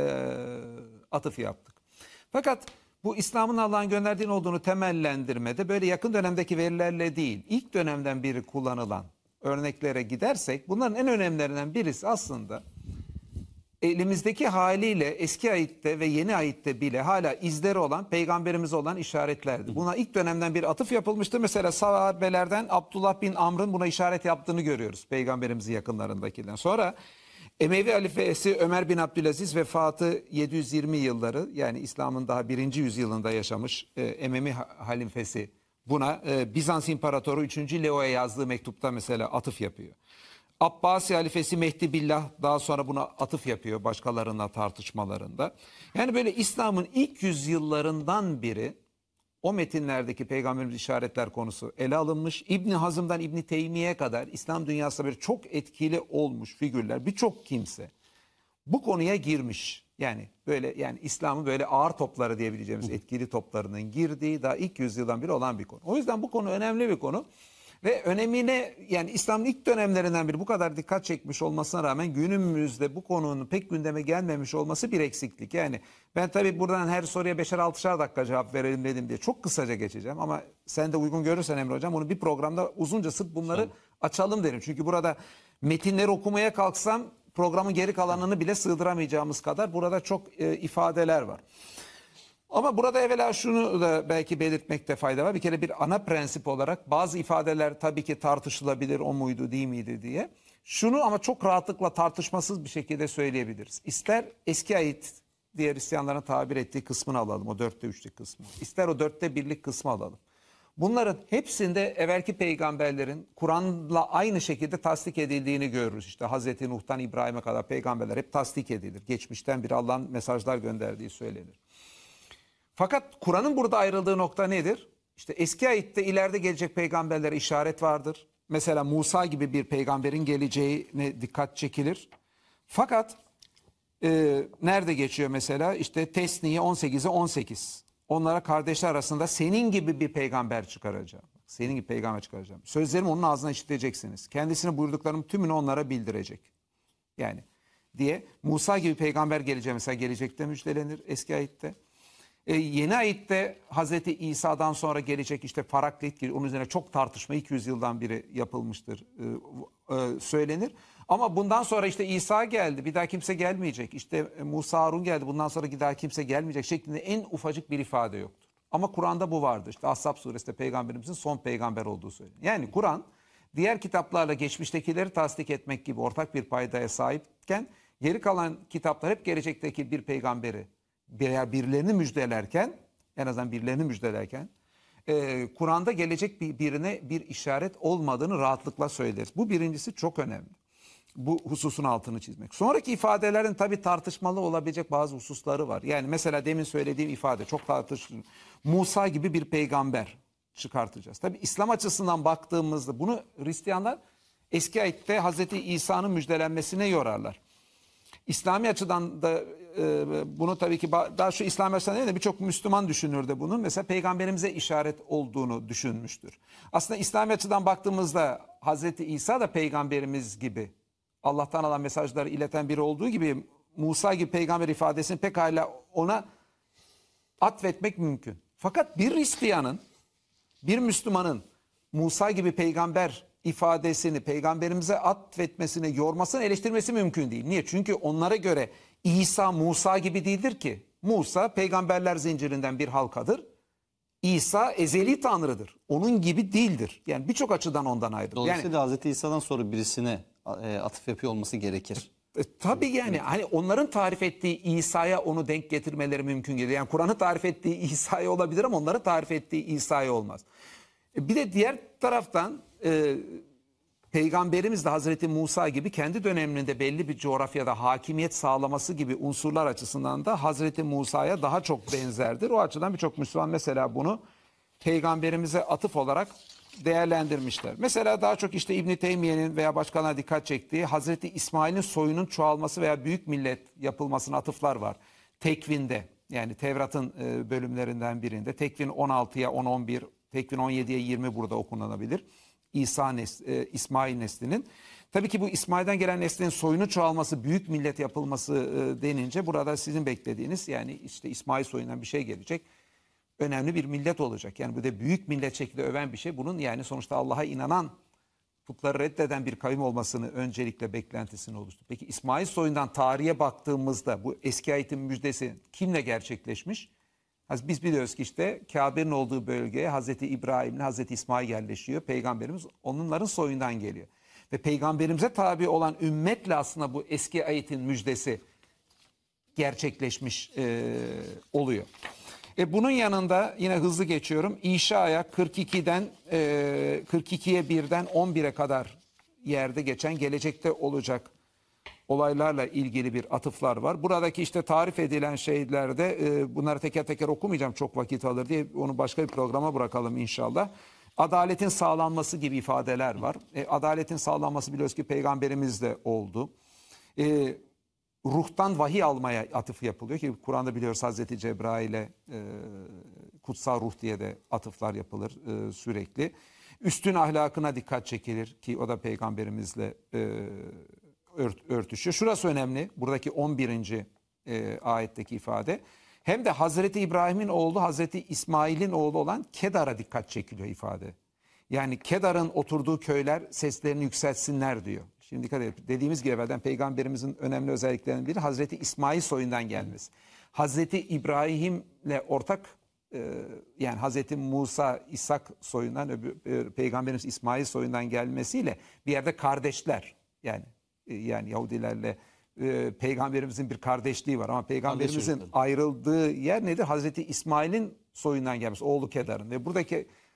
atıf yaptık. Fakat bu İslam'ın Allah'ın gönderdiğini olduğunu temellendirmede böyle yakın dönemdeki verilerle değil, ilk dönemden biri kullanılan örneklere gidersek bunların en önemlilerinden birisi aslında elimizdeki haliyle eski ayette ve yeni ayette bile hala izleri olan peygamberimize olan işaretlerdi. Buna ilk dönemden bir atıf yapılmıştı. Mesela sahabelerden Abdullah bin Amr'ın buna işaret yaptığını görüyoruz peygamberimizin yakınlarındakinden. Sonra Emevi halifesi Ömer bin Abdülaziz vefatı yedi yüz yirmi yılları yani İslam'ın daha birinci yüzyılında yaşamış e, Emevi halifesi buna e, Bizans İmparatoru üçüncü Leo'ya yazdığı mektupta mesela atıf yapıyor. Abbasi halifesi Mehdi Billah daha sonra buna atıf yapıyor başkalarına tartışmalarında. Yani böyle İslam'ın ilk yüzyıllarından biri o metinlerdeki peygamberimiz işaretler konusu ele alınmış. İbni Hazım'dan İbni Teymiye'ye kadar İslam dünyasında böyle çok etkili olmuş figürler birçok kimse bu konuya girmiş. Yani böyle yani İslam'ın böyle ağır topları diyebileceğimiz etkili toplarının girdiği daha ilk yüzyıldan biri olan bir konu. O yüzden bu konu önemli bir konu. Ve önemine yani İslam'ın ilk dönemlerinden biri bu kadar dikkat çekmiş olmasına rağmen günümüzde bu konunun pek gündeme gelmemiş olması bir eksiklik. Yani ben tabii buradan her soruya beşer altışar dakika cevap verelim dedim diye çok kısaca geçeceğim. Ama sen de uygun görürsen Emre Hocam onu bir programda uzunca sırf bunları Sen. açalım derim. Çünkü burada metinleri okumaya kalksam programın geri kalanını bile sığdıramayacağımız kadar burada çok e, ifadeler var. Ama burada evvela şunu da belki belirtmekte fayda var. Bir kere bir ana prensip olarak bazı ifadeler tabii ki tartışılabilir o muydu değil miydi diye. Şunu ama çok rahatlıkla tartışmasız bir şekilde söyleyebiliriz. İster eski ayet diğer Hristiyanların tabir ettiği kısmını alalım o dörtte üçlük kısmı. İster o dörtte birlik kısmı alalım. Bunların hepsinde evvelki peygamberlerin Kur'an'la aynı şekilde tasdik edildiğini görürüz. İşte Hazreti Nuh'tan İbrahim'e kadar peygamberler hep tasdik edilir. Geçmişten bir Allah'ın mesajlar gönderdiği söylenir. Fakat Kur'an'ın burada ayrıldığı nokta nedir? İşte eski ayette ileride gelecek peygamberlere işaret vardır. Mesela Musa gibi bir peygamberin geleceğine dikkat çekilir. Fakat e, nerede geçiyor mesela? İşte Tesniye on sekize on sekiz. Onlara kardeşler arasında senin gibi bir peygamber çıkaracağım. Senin gibi peygamber çıkaracağım. Sözlerimi onun ağzına işiteceksiniz. Kendisine buyurduklarım tümünü onlara bildirecek. Yani diye Musa gibi peygamber geleceği mesela gelecekte müjdelenir eski ayette. Ee, yeni ayette Hazreti İsa'dan sonra gelecek işte Paraklit, onun üzerine çok tartışma iki yüz yıldan beri yapılmıştır e, e, söylenir. Ama bundan sonra işte İsa geldi, bir daha kimse gelmeyecek. İşte Musa Harun geldi, bundan sonra bir daha kimse gelmeyecek şeklinde en ufacık bir ifade yoktur. Ama Kur'an'da bu vardı. İşte Ashab suresinde peygamberimizin son peygamber olduğu söyleniyor. Yani Kur'an diğer kitaplarla geçmiştekileri tasdik etmek gibi ortak bir paydaya sahipken geri kalan kitaplar hep gelecekteki bir peygamberi veya birilerini müjdelerken, en azından birilerini müjdelerken e, Kur'an'da gelecek bir, birine bir işaret olmadığını rahatlıkla söyleriz. Bu birincisi çok önemli. Bu hususun altını çizmek. Sonraki ifadelerin tabii tartışmalı olabilecek bazı hususları var. Yani mesela demin söylediğim ifade çok tartışılır. Musa gibi bir peygamber çıkartacağız. Tabii İslam açısından baktığımızda bunu Hristiyanlar eski ayette Hazreti İsa'nın müjdelenmesine yorarlar. İslami açıdan da e, bunu tabii ki daha şu İslami açıdan değil de birçok Müslüman düşünür de bunun mesela peygamberimize işaret olduğunu düşünmüştür. Aslında İslami açıdan baktığımızda Hazreti İsa da peygamberimiz gibi Allah'tan alan mesajları ileten biri olduğu gibi Musa gibi peygamber ifadesini pekala ona atfetmek mümkün. Fakat bir Hristiyanın, bir Müslümanın Musa gibi peygamber ifadesini peygamberimize atfetmesine, yormasını eleştirmesi mümkün değil. Niye? Çünkü onlara göre İsa Musa gibi değildir ki. Musa peygamberler zincirinden bir halkadır. İsa ezeli tanrıdır. Onun gibi değildir. Yani birçok açıdan ondan ayrıdır. Dolayısıyla Yani, Hazreti İsa'dan sonra birisine e, atıf yapıyor olması gerekir. E, tabii yani hani onların tarif ettiği İsa'ya onu denk getirmeleri mümkün değil. Yani Kur'an'ı tarif ettiği İsa'ya olabilir ama onları tarif ettiği İsa'ya olmaz. E, bir de diğer taraftan e, Peygamberimiz de Hazreti Musa gibi kendi döneminde belli bir coğrafyada hakimiyet sağlaması gibi unsurlar açısından da Hazreti Musa'ya daha çok benzerdir. O açıdan birçok Müslüman mesela bunu Peygamberimize atıf olarak değerlendirmişler. Mesela daha çok işte İbn Teymiye'nin veya başkalarına dikkat çektiği Hazreti İsmail'in soyunun çoğalması veya büyük millet yapılmasına atıflar var. Tekvin'de, yani Tevrat'ın bölümlerinden birinde Tekvin on altıya on on bir, Tekvin on yediye yirmi burada okunabilir. İsa nesli, İsmail neslinin. Tabii ki bu İsmail'den gelen neslin soyunun çoğalması, büyük millet yapılması denince burada sizin beklediğiniz yani işte İsmail soyundan bir şey gelecek. Önemli bir millet olacak. Yani bu da büyük millet şeklinde öven bir şey. Bunun yani sonuçta Allah'a inanan, putları reddeden bir kavim olmasını öncelikle beklentisini oluştu. Peki İsmail soyundan tarihe baktığımızda bu eski ayetin müjdesi kimle gerçekleşmiş? Biz biliyoruz ki işte Kabe'nin olduğu bölgeye Hazreti İbrahim'le Hazreti İsmail yerleşiyor. Peygamberimiz onların soyundan geliyor. Ve peygamberimize tabi olan ümmetle aslında bu eski ayetin müjdesi gerçekleşmiş e, oluyor. E bunun yanında yine hızlı geçiyorum. İşa'ya kırk ikiden e, kırk ikiye birden on bire kadar yerde geçen gelecekte olacak olaylarla ilgili bir atıflar var. Buradaki işte tarif edilen şeylerde e, bunları teker teker okumayacağım, çok vakit alır diye onu başka bir programa bırakalım inşallah. Adaletin sağlanması gibi ifadeler var. E, adaletin sağlanması biliyoruz ki peygamberimizde oldu. E, ruhtan vahiy almaya atıf yapılıyor ki Kur'an'da biliyoruz Hazreti Cebrail'e e, kutsal ruh diye de atıflar yapılır e, sürekli. Üstün ahlakına dikkat çekilir ki o da peygamberimizle e, ört, örtüşüyor. Şurası önemli, buradaki on birinci E, ayetteki ifade. Hem de Hazreti İbrahim'in oğlu Hazreti İsmail'in oğlu olan Kedar'a dikkat çekiliyor ifade. Yani Kedar'ın oturduğu köyler seslerini yükseltsinler diyor. Şimdi dikkat edin. Dediğimiz gibi evvelden peygamberimizin önemli özelliklerinden biri Hazreti İsmail soyundan gelmesi. Hazreti İbrahim'le ortak e, yani Hazreti Musa, İshak soyundan öbür, e, peygamberimiz İsmail soyundan gelmesiyle bir yerde kardeşler yani e, yani Yahudilerle e, peygamberimizin bir kardeşliği var ama peygamberimizin ayrıldığı yer nedir? Hazreti İsmail'in soyundan gelmesi, oğlu Kedar'ın ve buradaki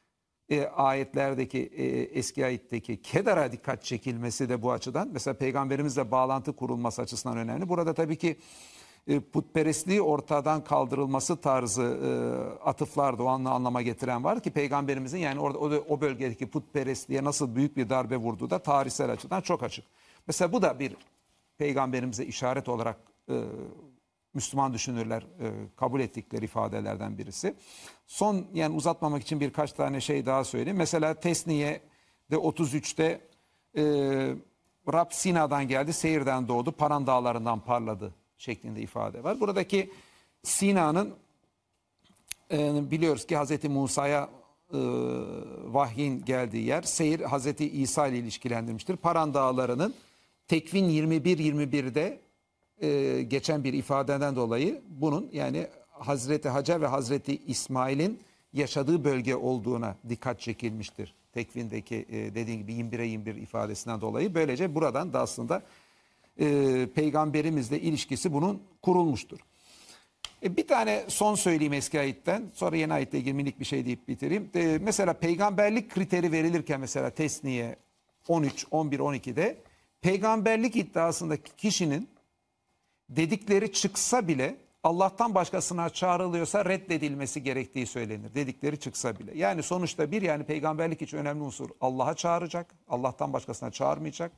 e, ayetlerdeki e, eski ayetteki kedara dikkat çekilmesi de bu açıdan. Mesela peygamberimizle bağlantı kurulması açısından önemli. Burada tabii ki e, putperestliği ortadan kaldırılması tarzı e, atıflar da o anlama getiren var ki peygamberimizin yani orada o, o bölgedeki putperestliğe nasıl büyük bir darbe vurduğu da tarihsel açıdan çok açık. Mesela bu da bir peygamberimize işaret olarak e, Müslüman düşünürler e, kabul ettikleri ifadelerden birisi. Son yani uzatmamak için birkaç tane şey daha söyleyeyim. Mesela Tesniye'de otuz üçte e, Rab Sina'dan geldi, Seir'den doğdu, Paran dağlarından parladı şeklinde ifade var. Buradaki Sina'nın e, biliyoruz ki Hazreti Musa'ya e, vahyin geldiği yer. Seir Hazreti İsa ile ilişkilendirmiştir. Paran dağlarının Tekvin yirmi bir yirmi birde e, geçen bir ifadeden dolayı bunun yani Hazreti Hacer ve Hazreti İsmail'in yaşadığı bölge olduğuna dikkat çekilmiştir. Tekvin'deki e, dediğim gibi yirmi bire yirmi bir ifadesinden dolayı. Böylece buradan da aslında e, peygamberimizle ilişkisi bunun kurulmuştur. E, bir tane son söyleyeyim eski ayetten, sonra yeni ayetle ilgili minik bir şey deyip bitireyim. E, mesela peygamberlik kriteri verilirken mesela Tesniye on üç, on bir, on ikide peygamberlik iddiasındaki kişinin dedikleri çıksa bile Allah'tan başkasına çağrılıyorsa reddedilmesi gerektiği söylenir. Dedikleri çıksa bile. Yani sonuçta bir yani peygamberlik için önemli unsur Allah'a çağıracak. Allah'tan başkasına çağırmayacak.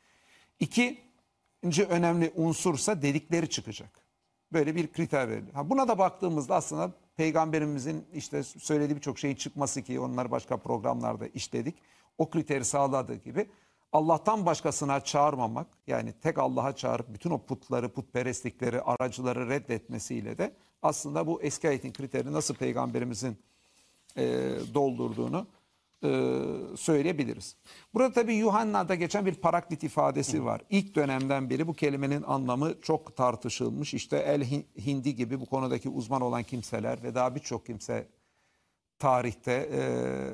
İkinci önemli unsursa dedikleri çıkacak. Böyle bir kriter veriliyor. Ha, buna da baktığımızda aslında peygamberimizin işte söylediği birçok şeyin çıkması ki onları başka programlarda işledik. O kriteri sağladığı gibi Allah'tan başkasına çağırmamak yani tek Allah'a çağırıp bütün o putları, putperestlikleri, aracıları reddetmesiyle de aslında bu eski ayetin kriteri nasıl peygamberimizin e, doldurduğunu e, söyleyebiliriz. Burada tabii Yuhanna'da geçen bir paraklit ifadesi var. İlk dönemden beri bu kelimenin anlamı çok tartışılmış. İşte El Hindi gibi bu konudaki uzman olan kimseler ve daha birçok kimse tarihte e,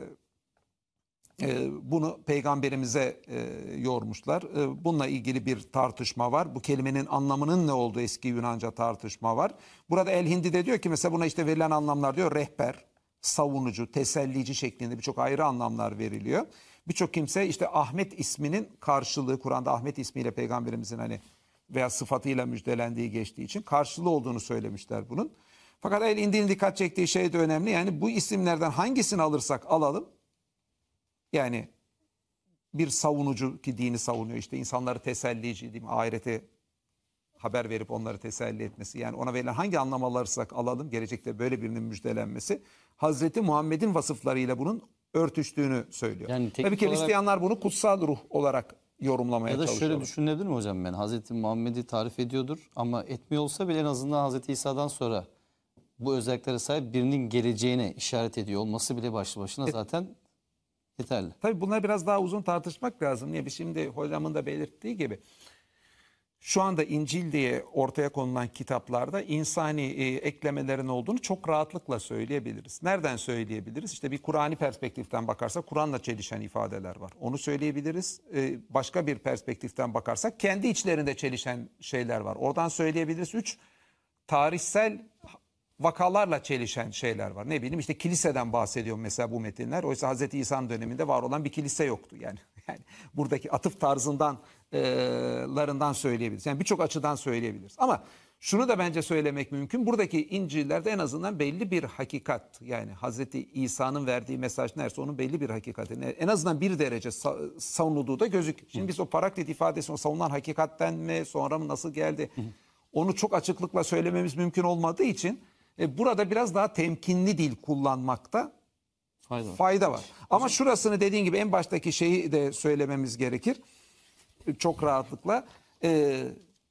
bunu peygamberimize yormuşlar. Bununla ilgili bir tartışma var. Bu kelimenin anlamının ne olduğu eski Yunanca tartışma var. Burada El Hindi de diyor ki mesela buna işte verilen anlamlar diyor rehber, savunucu, tesellici şeklinde birçok ayrı anlamlar veriliyor. Birçok kimse işte Ahmet isminin karşılığı Kur'an'da Ahmet ismiyle peygamberimizin hani veya sıfatıyla müjdelendiği geçtiği için karşılığı olduğunu söylemişler bunun. Fakat El Hindi'nin dikkat çektiği şey de önemli. Yani bu isimlerden hangisini alırsak alalım yani bir savunucu ki dini savunuyor işte insanları tesellici değil mi? Ahirete haber verip onları teselli etmesi yani ona verilen hangi anlam alırsak alalım gelecekte böyle birinin müjdelenmesi Hazreti Muhammed'in vasıflarıyla bunun örtüştüğünü söylüyor. Yani tabii ki olarak, Hristiyanlar bunu kutsal ruh olarak yorumlamaya çalışıyorlar. Ya da şöyle düşünebilir mi hocam ben Hazreti Muhammed'i tarif ediyordur ama etmiyor olsa bile en azından Hazreti İsa'dan sonra bu özelliklere sahip birinin geleceğine işaret ediyor olması bile başlı başına zaten yeterli. Tabii bunları biraz daha uzun tartışmak lazım. Niye? Şimdi hocamın da belirttiği gibi şu anda İncil diye ortaya konulan kitaplarda insani e, eklemelerin olduğunu çok rahatlıkla söyleyebiliriz. Nereden söyleyebiliriz? İşte bir Kur'ani perspektiften bakarsak Kur'an'la çelişen ifadeler var. Onu söyleyebiliriz. E, başka bir perspektiften bakarsak kendi içlerinde çelişen şeyler var. Oradan söyleyebiliriz. Üç, tarihsel vakalarla çelişen şeyler var. Ne bileyim işte kiliseden bahsediyor mesela bu metinler. Oysa Hazreti İsa'nın döneminde var olan bir kilise yoktu. Yani, yani buradaki atıf tarzından e, larından söyleyebiliriz. Yani birçok açıdan söyleyebiliriz. Ama şunu da bence söylemek mümkün. Buradaki İncil'lerde en azından belli bir hakikat yani Hazreti İsa'nın verdiği mesaj neyse onun belli bir hakikati en azından bir derece savunulduğu da gözüküyor. Şimdi biz o paraklit ifadesini o savunulan hakikatten mi sonra mı nasıl geldi onu çok açıklıkla söylememiz mümkün olmadığı için burada biraz daha temkinli dil kullanmakta fayda var. Fayda var. Ama şurasını dediğin gibi en baştaki şeyi de söylememiz gerekir. Çok rahatlıkla. Ee,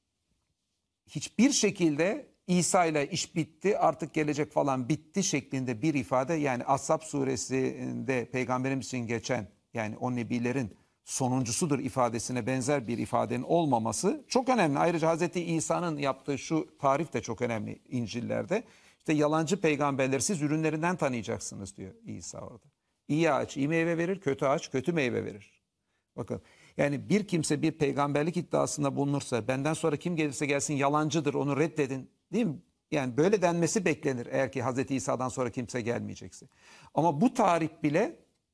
hiçbir şekilde İsa ile iş bitti artık gelecek falan bitti şeklinde bir ifade yani Ashab suresinde peygamberimiz için geçen yani o nebilerin sonuncusudur ifadesine benzer bir ifadenin olmaması çok önemli. Ayrıca Hazreti İsa'nın yaptığı şu tarif de çok önemli İncil'lerde. İşte yalancı peygamberleri siz ürünlerinden tanıyacaksınız diyor İsa orada. İyi ağaç iyi meyve verir, kötü ağaç kötü meyve verir. Bakın yani bir kimse bir peygamberlik iddiasında bulunursa benden sonra kim gelirse gelsin yalancıdır onu reddedin değil mi? Yani böyle denmesi beklenir eğer ki Hazreti İsa'dan sonra kimse gelmeyecekse. Ama bu tarif bile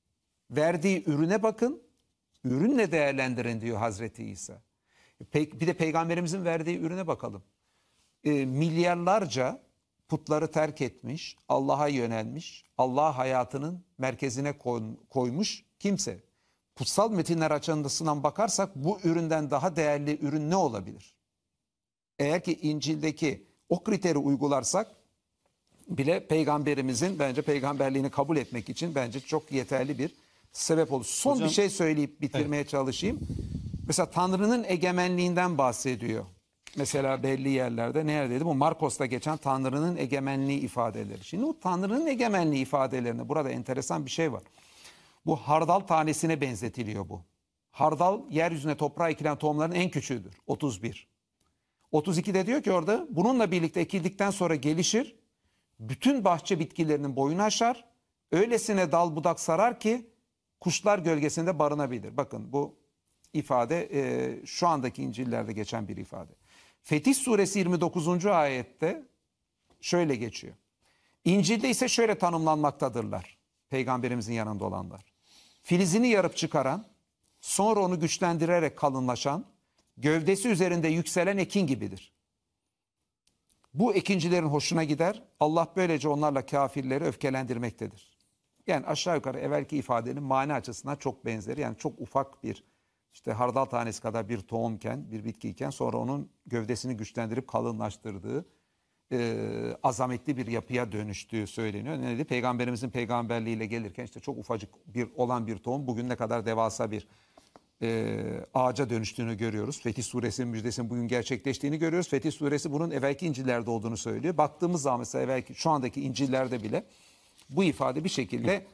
Verdiği ürüne bakın, ürünle değerlendirin diyor Hazreti İsa. Pe- bir de peygamberimizin verdiği ürüne bakalım. E, milyarlarca putları terk etmiş, Allah'a yönelmiş, Allah hayatının merkezine koy- koymuş kimse. Kutsal metinler açısından bakarsak bu üründen daha değerli ürün ne olabilir? Eğer ki İncil'deki o kriteri uygularsak bile peygamberimizin bence peygamberliğini kabul etmek için bence çok yeterli bir sebep olur. Son Hocam- bir şey söyleyip bitirmeye çalışayım. Mesela Tanrı'nın egemenliğinden bahsediyor. Mesela belli yerlerde neredeydi? Bu Markos'ta geçen Tanrı'nın egemenliği ifadeleri. Şimdi bu Tanrı'nın egemenliği ifadelerinde burada enteresan bir şey var. Bu hardal tanesine benzetiliyor bu. Hardal yeryüzüne toprağa ekilen tohumların en küçüğüdür. otuz bir. otuz ikide diyor ki orada bununla birlikte ekildikten sonra gelişir. Bütün bahçe bitkilerinin boyunu aşar. Öylesine dal budak sarar ki kuşlar gölgesinde barınabilir. Bakın bu ifade e, şu andaki İncil'lerde geçen bir ifade. Fetih Suresi yirmi dokuzuncu ayette şöyle geçiyor. İncil'de ise şöyle tanımlanmaktadırlar. Peygamberimizin yanında olanlar. Filizini yarıp çıkaran, sonra onu güçlendirerek kalınlaşan, gövdesi üzerinde yükselen ekin gibidir. Bu ekincilerin hoşuna gider. Allah böylece onlarla kafirleri öfkelendirmektedir. Yani aşağı yukarı evvelki ifadenin mani açısından çok benzeri. Yani çok ufak bir işte hardal tanesi kadar bir tohumken, bir bitkiyken sonra onun gövdesini güçlendirip kalınlaştırdığı e, azametli bir yapıya dönüştüğü söyleniyor. Ne dedi? Peygamberimizin peygamberliğiyle gelirken işte çok ufacık bir olan bir tohum bugün ne kadar devasa bir e, ağaca dönüştüğünü görüyoruz. Fetih Suresinin müjdesinin bugün gerçekleştiğini görüyoruz. Fetih Suresi bunun evvelki İncil'lerde olduğunu söylüyor. Baktığımız zaman mesela evvelki şu andaki İncil'lerde bile bu ifade bir şekilde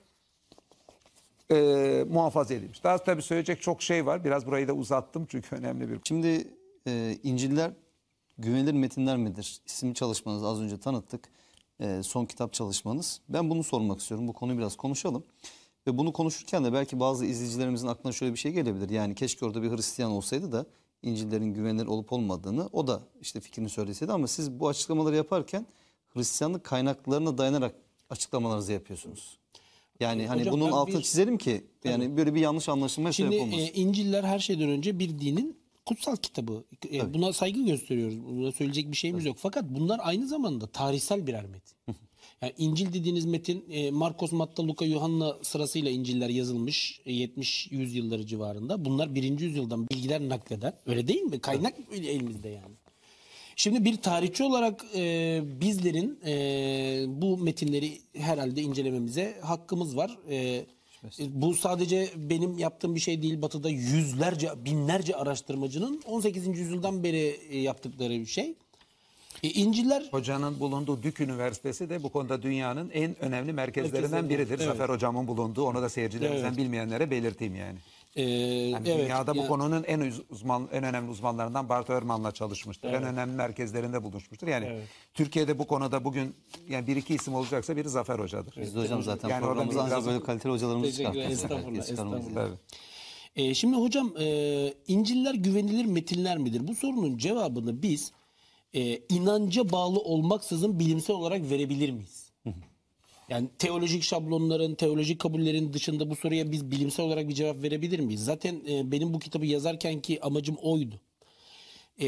e, muhafaza edilmiş. Daha tabii söyleyecek çok şey var. Biraz burayı da uzattım çünkü önemli bir. Şimdi e, İncil'ler güvenilir metinler midir? İsimli çalışmanızı az önce tanıttık. E, son kitap çalışmanız. Ben bunu sormak istiyorum. Bu konuyu biraz konuşalım. Ve bunu konuşurken de belki bazı izleyicilerimizin aklına şöyle bir şey gelebilir. Yani keşke orada bir Hristiyan olsaydı da İncil'lerin güvenilir olup olmadığını o da işte fikrini söyleseydi. Ama siz bu açıklamaları yaparken Hristiyanlık kaynaklarına dayanarak açıklamalarınızı yapıyorsunuz. Yani hani Hocam, bunun ben altını bir- çizelim ki yani böyle bir yanlış anlaşılma Şimdi sebep olmasın. e, İncil'ler her şeyden önce bir dinin kutsal kitabı. E, buna saygı gösteriyoruz. Buna söyleyecek bir şeyimiz yok. Fakat bunlar aynı zamanda tarihsel birer metin. Yani İncil dediğiniz metin e, Markos, Matta, Luka, Yuhanna sırasıyla İncil'ler yazılmış e, yetmiş yüz yılları civarında. Bunlar birinci yüzyıldan bilgiler nakleden. Öyle değil mi? Kaynak elimizde yani. Şimdi bir tarihçi olarak e, bizlerin e, bu metinleri herhalde incelememize hakkımız var. E, e, bu sadece benim yaptığım bir şey değil. Batı'da yüzlerce, binlerce araştırmacının on sekizinci yüzyıldan beri e, yaptıkları bir şey. E, İncil'ler Hocanın bulunduğu Dük Üniversitesi de bu konuda dünyanın en önemli merkezlerinden Merkezlerinden, biridir. evet. Zafer hocamın bulunduğu, onu da seyircilerimizden Evet. bilmeyenlere belirteyim yani. e, Yani evet, dünyada bu yani- konunun en uz- uzman, en önemli uzmanlarından Bart Ehrman'la çalışmıştır. En önemli merkezlerinde buluşmuştur. Yani Evet. Türkiye'de bu konuda bugün yani bir iki isim olacaksa biri Zafer Hoca'dır. Biz de hocam zaten Yani oradan programımıza ancak biraz- böyle kaliteli hocalarımızı Teşekkür çıkarttık. ederim. Estağfurullah, Herkes çıkarmamız estağfurullah. lazım. Tabii. E, şimdi hocam e, İncil'ler güvenilir metinler midir? Bu sorunun cevabını biz e, inanca bağlı olmaksızın bilimsel olarak verebilir miyiz? Yani teolojik şablonların, teolojik kabullerin dışında bu soruya biz bilimsel olarak bir cevap verebilir miyiz? Zaten e, benim bu kitabı yazarkenki amacım oydu. E,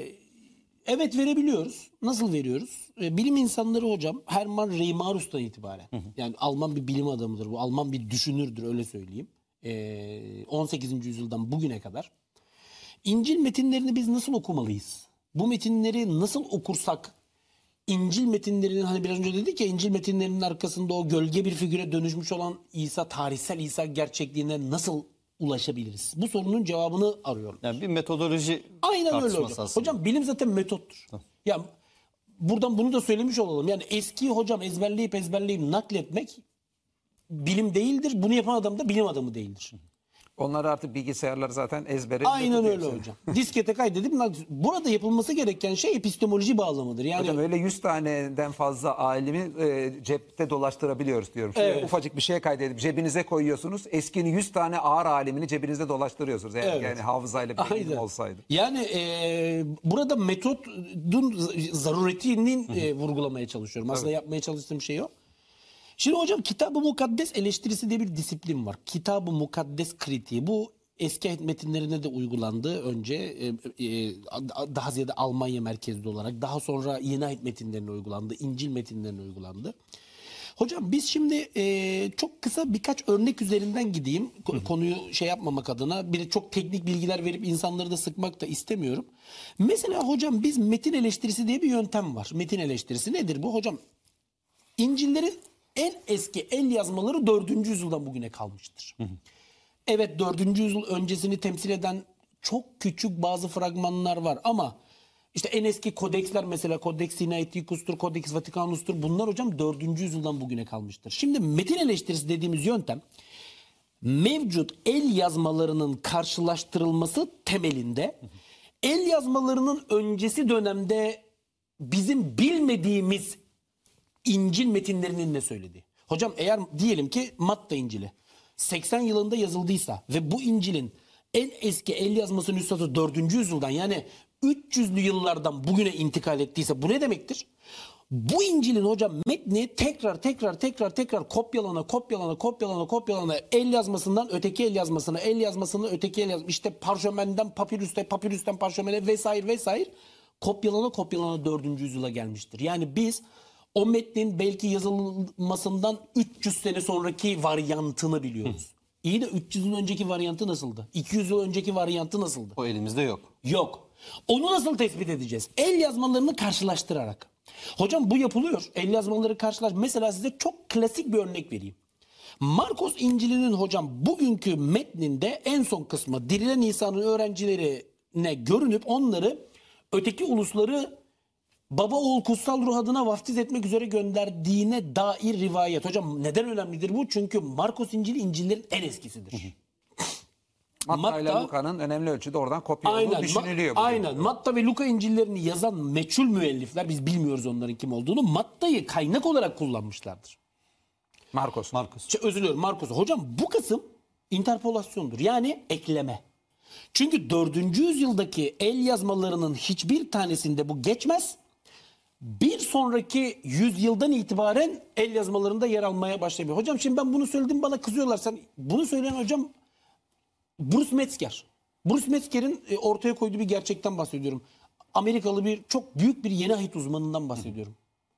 evet verebiliyoruz. Nasıl veriyoruz? E, bilim insanları hocam Hermann Reimarus'tan itibaren. Yani Alman bir bilim adamıdır bu. Alman bir düşünürdür öyle söyleyeyim. E, on sekizinci yüzyıldan bugüne kadar. İncil metinlerini biz nasıl okumalıyız? Bu metinleri nasıl okursak İncil metinlerinin hani biraz önce dedik ya İncil metinlerinin arkasında o gölge bir figüre dönüşmüş olan İsa, tarihsel İsa gerçekliğine nasıl ulaşabiliriz? Bu sorunun cevabını arıyorum. Yani bir metodoloji Aynen öyle tartışması hocam. aslında. Hocam bilim zaten metottur. Ya buradan bunu da söylemiş olalım. Yani eski hocam ezberleyip ezberleyip nakletmek bilim değildir. Bunu yapan adam da bilim adamı değildir. Onlar artık bilgisayarlar zaten ezbere. Aynen öyle tutuyor. hocam. Diskete kaydedip nak- burada yapılması gereken şey epistemoloji bağlamıdır. Yani Hocam öyle yüz taneden fazla alimi e, cepte dolaştırabiliyoruz diyorum. Şöyle Evet. ufacık bir şey kaydedip cebinize koyuyorsunuz. Eskinin yüz tane ağır alimini cebinizde dolaştırıyorsunuz. Eğer Evet. yani hafızayla bir ilim Aynen. olsaydı. Yani e, burada metodun zaruretini e, vurgulamaya çalışıyorum. Aslında yapmaya çalıştığım şey o. Şimdi hocam Kitab-ı Mukaddes eleştirisi diye bir disiplin var. Kitab-ı Mukaddes kritiği. Bu eski ahit metinlerine de uygulandı önce. E, e, daha ziyade Almanya merkezli olarak. Daha sonra yeni ahit metinlerine uygulandı. İncil metinlerine uygulandı. Hocam biz şimdi e, çok kısa birkaç örnek üzerinden gideyim. Ko- konuyu şey yapmamak adına. Bir de çok teknik bilgiler verip insanları da sıkmak da istemiyorum. Mesela hocam biz metin eleştirisi diye bir yöntem var. Metin eleştirisi nedir bu? Hocam İncil'lerin en eski el yazmaları dördüncü yüzyıldan bugüne kalmıştır. Hı hı. Evet, dördüncü yüzyıl öncesini temsil eden çok küçük bazı fragmanlar var ama işte en eski kodeksler mesela Codex Sinaiticus'tur, Codex Vaticanus'tur. Bunlar hocam dördüncü yüzyıldan bugüne kalmıştır. Şimdi metin eleştirisi dediğimiz yöntem mevcut el yazmalarının karşılaştırılması temelinde hı hı. el yazmalarının öncesi dönemde bizim bilmediğimiz İncil metinlerinin ne söylediği. Hocam eğer diyelim ki Matta İncil'i seksen yılında yazıldıysa ve bu İncil'in en eski el yazması nüshası dördüncü yüzyıldan yani üç yüzlü yıllardan bugüne intikal ettiyse bu ne demektir? Bu İncil'in hocam metni tekrar tekrar tekrar tekrar kopyalana kopyalana kopyalana kopyalana el yazmasından öteki el yazmasına el yazmasından öteki el yazmasına işte parşömenden papirüste papirüsten parşömene vesaire vesaire kopyalana kopyalana dördüncü yüzyıla gelmiştir. Yani biz o metnin belki yazılmasından üç yüz sene sonraki varyantını biliyoruz. Hı. İyi de üç yüz yıl önceki varyantı nasıldı? iki yüz yıl önceki varyantı nasıldı? O elimizde yok. Yok. Onu nasıl tespit edeceğiz? El yazmalarını karşılaştırarak. Hocam bu yapılıyor. El yazmaları karşılaş. Mesela size çok klasik bir örnek vereyim. Markos İncil'inin hocam bugünkü metninde en son kısmı dirilen İsa'nın öğrencilerine görünüp onları öteki ulusları baba oğul kutsal ruh adına vaftiz etmek üzere gönderdiğine dair rivayet. Hocam neden önemlidir bu? Çünkü Markos İncil'i İncil'lerin en eskisidir. Hı hı. Matta ile Luka'nın önemli ölçüde oradan kopya olduğu düşünülüyor. Ma- aynen. Matta ve Luka İncil'lerini yazan meçhul müellifler, biz bilmiyoruz onların kim olduğunu, Matta'yı kaynak olarak kullanmışlardır. Markos. Markos. Şey, özür diliyorum Markos. Hocam bu kısım interpolasyondur. Yani ekleme. Çünkü dördüncü yüzyıldaki el yazmalarının hiçbir tanesinde bu geçmez. Bir sonraki yüzyıldan itibaren el yazmalarında yer almaya başlıyor. Hocam şimdi ben bunu söyledim, bana kızıyorlar. Sen bunu söyleyen hocam Bruce Metzger. Bruce Metzger'in ortaya koyduğu bir gerçekten bahsediyorum. Amerikalı bir çok büyük bir yeni ahit uzmanından bahsediyorum.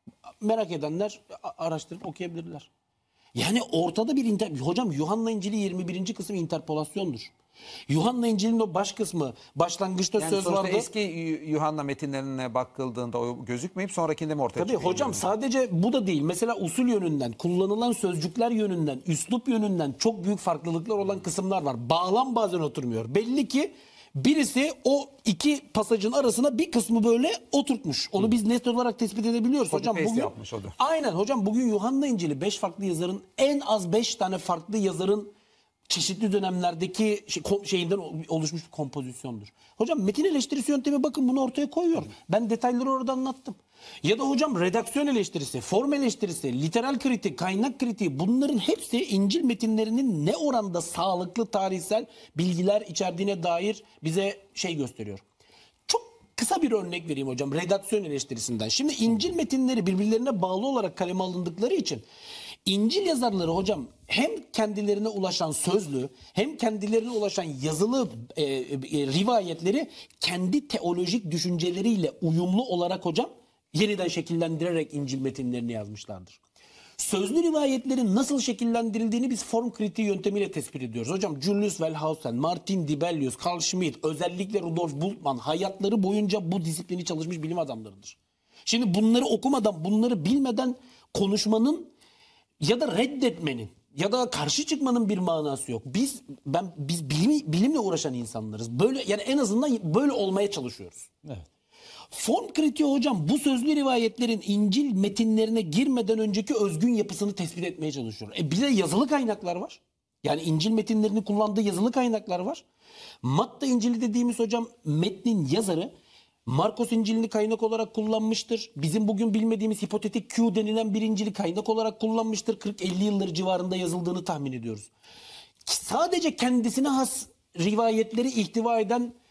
Merak edenler araştırıp okuyabilirler. Yani ortada bir inter... Hocam Yuhanna İncil'i yirmi birinci kısım interpolasyondur. Yuhanna İncil'in o baş kısmı başlangıçta yani söz vardı. Eski Yuhanna metinlerine bakıldığında o gözükmeyip sonrakinde mi ortaya Tabii çıkıyor? hocam sadece bu da değil. Mesela usul yönünden, kullanılan sözcükler yönünden, üslup yönünden çok büyük farklılıklar olan kısımlar var. Bağlam bazen oturmuyor. Belli ki birisi o iki pasajın arasına bir kısmı böyle oturtmuş. Onu biz net olarak tespit edebiliyoruz. Copy hocam paste bugün yapmış o da. Aynen hocam bugün Yuhanna İncil'i beş farklı yazarın, en az beş tane farklı yazarın çeşitli dönemlerdeki şey, şeyinden oluşmuş bir kompozisyondur. Hocam metin eleştirisi yöntemi bakın bunu ortaya koyuyor. Ben detayları orada anlattım. Ya da hocam redaksiyon eleştirisi, form eleştirisi, literal kritik, kaynak kritiği, bunların hepsi İncil metinlerinin ne oranda sağlıklı tarihsel bilgiler içerdiğine dair bize şey gösteriyor. Çok kısa bir örnek vereyim hocam redaksiyon eleştirisinden. Şimdi İncil metinleri birbirlerine bağlı olarak kaleme alındıkları için İncil yazarları hocam hem kendilerine ulaşan sözlü hem kendilerine ulaşan yazılı e, e, rivayetleri kendi teolojik düşünceleriyle uyumlu olarak hocam yeniden şekillendirerek İncil metinlerini yazmışlardır. Sözlü rivayetlerin nasıl şekillendirildiğini biz form kritiği yöntemiyle tespit ediyoruz. Hocam Julius Wellhausen, Martin Dibelius, Carl Schmitt, özellikle Rudolf Bultmann hayatları boyunca bu disiplini çalışmış bilim adamlarıdır. Şimdi bunları okumadan, bunları bilmeden konuşmanın ya da reddetmenin ya da karşı çıkmanın bir manası yok. Biz ben biz bilim, bilimle uğraşan insanlarız. Böyle yani en azından böyle olmaya çalışıyoruz. Evet. Form kritiği hocam bu sözlü rivayetlerin İncil metinlerine girmeden önceki özgün yapısını tespit etmeye çalışıyor. E bir de yazılı kaynaklar var. Yani İncil metinlerini kullandığı yazılı kaynaklar var. Matta İncil'i dediğimiz hocam metnin yazarı Markos İncil'ini kaynak olarak kullanmıştır. Bizim bugün bilmediğimiz hipotetik Q denilen bir İncil'i kaynak olarak kullanmıştır. kırk elli yılları civarında yazıldığını tahmin ediyoruz. Sadece kendisine has rivayetleri ihtiva eden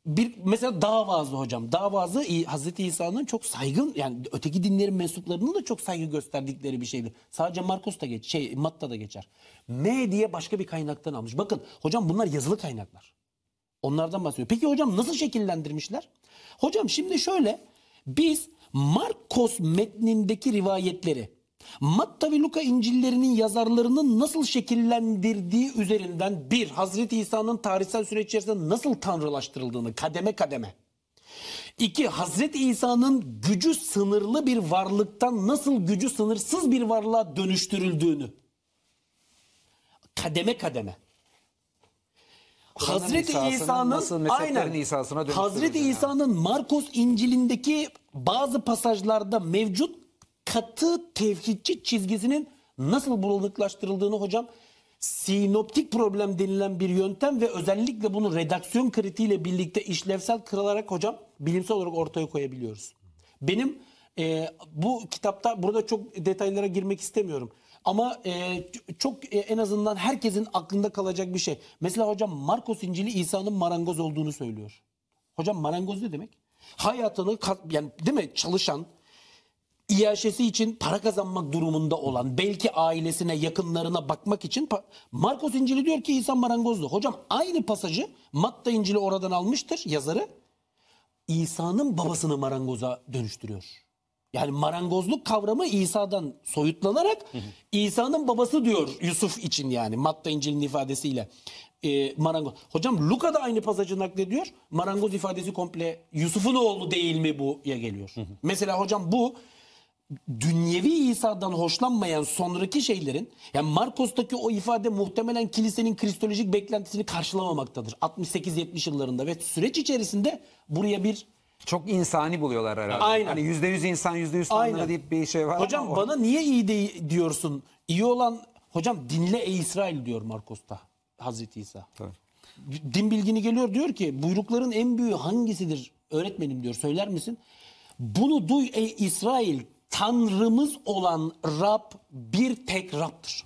bir mesela davazı hocam. Davazı İ- Hazreti İsa'nın çok saygın, yani öteki dinlerin mensuplarının da çok saygı gösterdikleri bir şeydir. Sadece Markos'ta geç, şey Matta'da geçer. M diye başka bir kaynaktan almış. Bakın hocam bunlar yazılı kaynaklar. Onlardan bahsediyor. Peki hocam nasıl şekillendirmişler? Hocam şimdi şöyle, biz Markos metnindeki rivayetleri Matta ve Luka İncillerinin yazarlarının nasıl şekillendirdiği üzerinden bir, Hazreti İsa'nın tarihsel süreç içerisinde nasıl tanrılaştırıldığını kademe kademe. İki, Hazreti İsa'nın gücü sınırlı bir varlıktan nasıl gücü sınırsız bir varlığa dönüştürüldüğünü kademe kademe. Kur'an'ın Hazreti İsa'sının İsa'nın nasıl mezheplerin aynen İsa'sına dönüştürüldüğünü. Hazreti İsa'nın Markos İncil'indeki bazı pasajlarda mevcut katı tevhidçi çizgisinin nasıl bulanıklaştırıldığını hocam, sinoptik problem denilen bir yöntem ve özellikle bunu redaksiyon kritiğiyle birlikte işlevsel kılarak hocam bilimsel olarak ortaya koyabiliyoruz. Benim e, bu kitapta, burada çok detaylara girmek istemiyorum. Ama e, çok e, en azından herkesin aklında kalacak bir şey. Mesela hocam Markos İncil'i İsa'nın marangoz olduğunu söylüyor. Hocam marangoz ne demek? Hayatını kat- yani değil mi, çalışan, İyaşesi için para kazanmak durumunda olan, belki ailesine, yakınlarına bakmak için pa- Markos İncil'i diyor ki İsa marangozdu. Hocam aynı pasajı Matta İncil'i oradan almıştır yazarı. İsa'nın babasını marangoza dönüştürüyor. Yani marangozluk kavramı İsa'dan soyutlanarak İsa'nın babası diyor Yusuf için, yani Matta İncil'in ifadesiyle. E, marangoz. Hocam Luka da aynı pasajı naklediyor. Marangoz ifadesi komple Yusuf'un oğlu değil mi bu'ya geliyor. Mesela hocam bu dünyevi İsa'dan hoşlanmayan sonraki şeylerin, yani Markos'taki o ifade muhtemelen kilisenin kristolojik beklentisini karşılamamaktadır. altmış sekiz yetmiş yıllarında ve süreç içerisinde buraya bir Çok insani buluyorlar herhalde. Aynen. Hani yüzde yüz insan, yüzde yüz tanrı Aynen. deyip bir şey var hocam ama o- bana niye iyi de diyorsun? İyi olan hocam dinle ey İsrail diyor Markos'ta Hazreti İsa. Tabii. Din bilgini geliyor, diyor ki buyrukların en büyüğü hangisidir öğretmenim diyor, söyler misin? Bunu duy ey İsrail, Tanrımız olan Rab bir tek Rab'dır.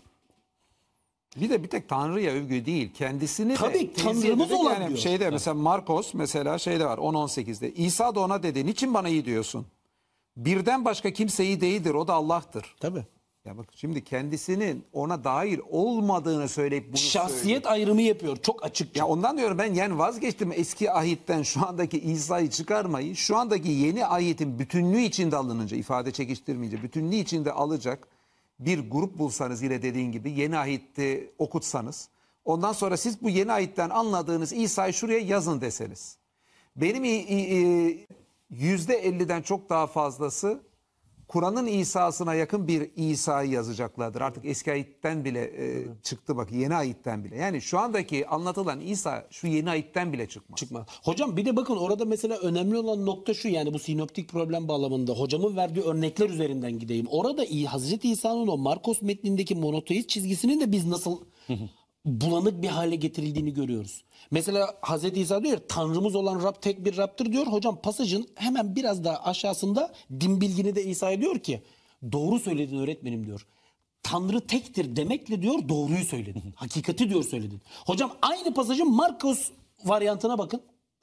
Bir de bir tek Tanrı'ya övgü değil, kendisini Tabii, de tenzih Tanrımız ederek, olan yani diyor. şeyde mesela Markos mesela şeyde var on on sekizde. İsa da ona dedi, niçin bana iyi diyorsun? Birden başka kimse iyi değildir, o da Allah'tır. Tabii. Ya bak şimdi kendisinin ona dair olmadığını söyleyip bunu söylüyor. Şahsiyet ayrımı yapıyor çok açıkça. Ya ondan diyorum ben, yani vazgeçtim eski ahitten şu andaki İsa'yı çıkarmayı, şu andaki yeni ayetin bütünlüğü içinde alınınca, ifade çekiştirmeyince bütünlüğü içinde alacak bir grup bulsanız, yine dediğin gibi yeni ahitte okutsanız, ondan sonra siz bu yeni ayitten anladığınız İsa'yı şuraya yazın deseniz, benim i- i- yüzde elliden çok daha fazlası Kur'an'ın İsa'sına yakın bir İsa'yı yazacaklardır. Artık eski ayetten bile e, çıktı, bak yeni ayetten bile. Yani şu andaki anlatılan İsa şu yeni ayetten bile çıkmaz. Çıkma. Hocam bir de bakın orada mesela önemli olan nokta şu, yani bu sinoptik problem bağlamında hocamın verdiği örnekler üzerinden gideyim. Orada İ- Hazreti İsa'nın o Markos metnindeki monoteist çizgisinin de biz nasıl bulanık bir hale getirildiğini görüyoruz. Mesela Hazreti İsa diyor Tanrımız olan Rab tek bir Rab'dır diyor. Hocam pasajın hemen biraz daha aşağısında din bilgini de İsa'ya diyor ki doğru söyledin öğretmenim diyor. Tanrı tektir demekle diyor doğruyu söyledin. Hakikati diyor söyledin. Hocam aynı pasajın Markos varyantına bakın.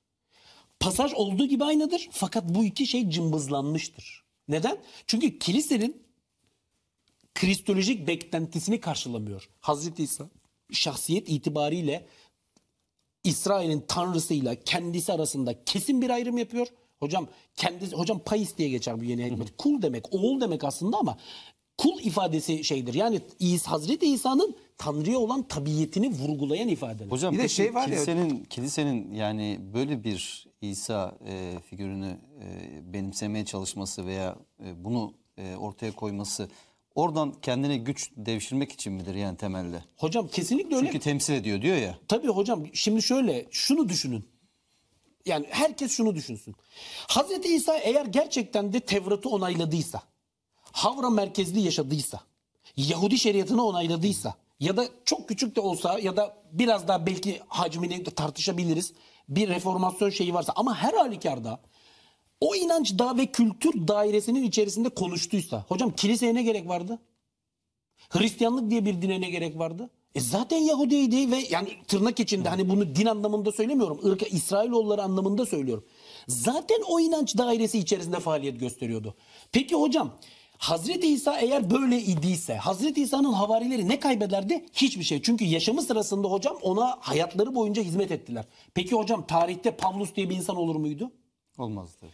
Pasaj olduğu gibi aynıdır fakat bu iki şey cımbızlanmıştır. Neden? Çünkü kilisenin kristolojik beklentisini karşılamıyor. Hazreti İsa şahsiyet itibariyle İsrail'in tanrısıyla kendisi arasında kesin bir ayrım yapıyor. Hocam kendisi, hocam pais diye geçer bu yeni hikmet. Kul demek, oğul demek aslında ama kul ifadesi şeydir. Yani İsa, Hazreti İsa'nın Tanrı'ya olan tabiiyetini vurgulayan ifadeler. Hocam Bir de peki şey var ya- kilisenin, kilisenin yani böyle bir İsa e, figürünü e, benimsemeye çalışması veya e, bunu e, ortaya koyması oradan kendine güç devşirmek için midir yani temelde? Hocam kesinlikle öyle. Çünkü temsil ediyor diyor ya. Tabii hocam şimdi şöyle şunu düşünün. Yani herkes şunu düşünsün. Hazreti İsa eğer gerçekten de Tevrat'ı onayladıysa, Havra merkezli yaşadıysa, Yahudi şeriatını onayladıysa ya da çok küçük de olsa ya da biraz daha belki hacmini tartışabiliriz, bir reformasyon şeyi varsa ama her halükarda o inanç da ve kültür dairesinin içerisinde konuştuysa, hocam kiliseye ne gerek vardı? Hristiyanlık diye bir dine ne gerek vardı? E zaten Yahudiydi ve yani tırnak içinde hani bunu din anlamında söylemiyorum. Irka İsrailoğulları anlamında söylüyorum. Zaten o inanç dairesi içerisinde faaliyet gösteriyordu. Peki hocam Hazreti İsa eğer böyle idiyse Hazreti İsa'nın havarileri ne kaybederdi? Hiçbir şey. Çünkü yaşamı sırasında hocam ona hayatları boyunca hizmet ettiler. Peki hocam tarihte Pavlus diye bir insan olur muydu? Olmaz tabii.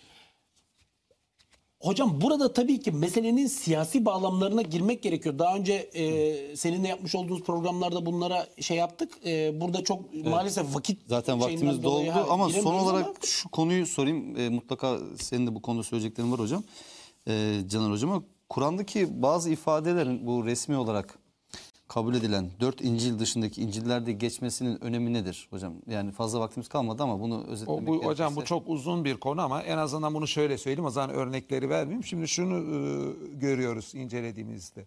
Hocam burada tabii ki meselenin siyasi bağlamlarına girmek gerekiyor. Daha önce e, seninle yapmış olduğumuz programlarda bunlara şey yaptık. E, burada çok maalesef vakit Zaten şeyinden vaktimiz doldu dolayı, ha, ama son giremiyoruz olarak ama- şu konuyu sorayım. E, mutlaka senin de bu konuda söyleyeceklerin var hocam. E, Caner hocama Kur'an'daki bazı ifadelerin bu resmi olarak kabul edilen dört İncil dışındaki İncil'lerde geçmesinin önemi nedir hocam? Yani fazla vaktimiz kalmadı ama bunu O, özetlemek bu, hocam bu gerekirse- çok uzun bir konu ama en azından bunu şöyle söyleyeyim. O zaman örnekleri vermeyeyim. Şimdi şunu e, görüyoruz incelediğimizde.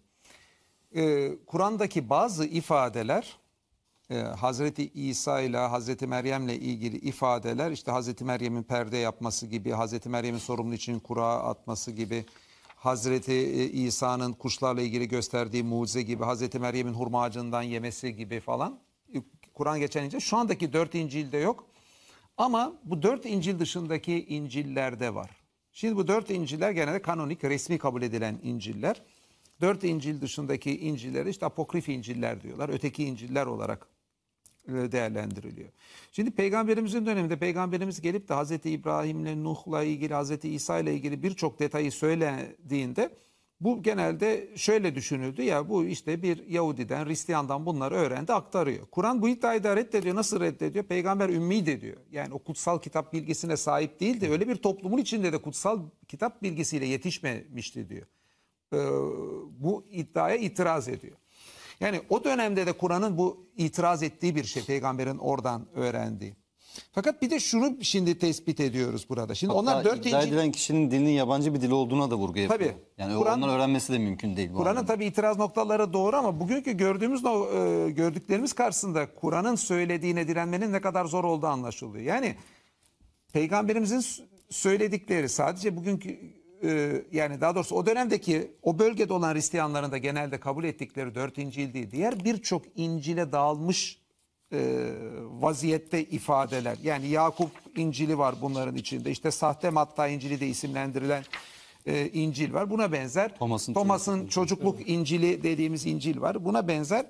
E, Kur'an'daki bazı ifadeler e, Hazreti İsa ile Hazreti Meryem'le ilgili ifadeler işte Hazreti Meryem'in perde yapması gibi, Hazreti Meryem'in sorumlu için kura atması gibi, Hazreti İsa'nın kuşlarla ilgili gösterdiği mucize gibi, Hazreti Meryem'in hurma ağacından yemesi gibi falan. Kur'an geçen İncil şu andaki dört İncil'de yok. Ama bu dört İncil dışındaki İncil'lerde var. Şimdi bu dört İncil'ler genelde kanonik, resmi kabul edilen İncil'ler. Dört İncil dışındaki İncil'leri işte apokrif İncil'ler diyorlar. Öteki İncil'ler olarak değerlendiriliyor. Şimdi Peygamberimizin döneminde Peygamberimiz gelip de Hazreti İbrahim'le, Nuh'la ilgili, Hazreti İsa ile ilgili birçok detayı söylediğinde bu genelde şöyle düşünüldü ya bu işte bir Yahudiden, Hristiyandan bunları öğrendi, aktarıyor. Kur'an bu iddiayı da reddediyor. Nasıl reddediyor? Peygamber ümmi de diyor. Yani o kutsal kitap bilgisine sahip değil de öyle bir toplumun içinde de kutsal kitap bilgisiyle yetişmemişti diyor. Ee, bu iddiaya itiraz ediyor. Yani o dönemde de Kur'an'ın bu itiraz ettiği bir şey. Peygamberin oradan öğrendiği. Fakat bir de şunu şimdi tespit ediyoruz burada. Şimdi onlar Hatta dört iddia İncil... edilen kişinin dilinin yabancı bir dil olduğuna da vurgu yapıyor. Tabii. Yani Kur'an- onların öğrenmesi de mümkün değil. bu Kur'an'ın anlamda. tabii itiraz noktaları doğru ama bugünkü gördüğümüz no- e, gördüklerimiz karşısında Kur'an'ın söylediğine direnmenin ne kadar zor olduğu anlaşılıyor. Yani Peygamberimizin s- söyledikleri sadece bugünkü e, yani daha doğrusu o dönemdeki o bölgede olan Hristiyanların da genelde kabul ettikleri dört İncil değil. Diğer birçok İncil'e dağılmış e, vaziyette ifadeler. Yani Yakup İncil'i var bunların içinde. İşte sahte Matta İncil'i de isimlendirilen e, İncil var. Buna benzer Thomas'ın Thomas'ın çocukluk İncil'i dediğimiz İncil var. Buna benzer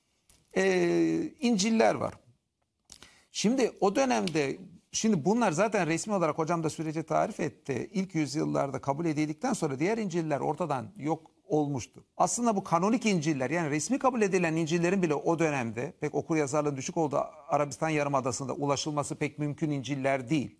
e, İncil'ler var. Şimdi o dönemde şimdi bunlar zaten resmi olarak hocam da süreci tarif etti. İlk yüzyıllarda kabul edildikten sonra diğer İncil'ler ortadan yok olmuştu. Aslında bu kanonik İncil'ler yani resmi kabul edilen İncil'lerin bile o dönemde pek okur yazarlığı düşük olduğu Arabistan Yarımadası'nda ulaşılması pek mümkün İncil'ler değil.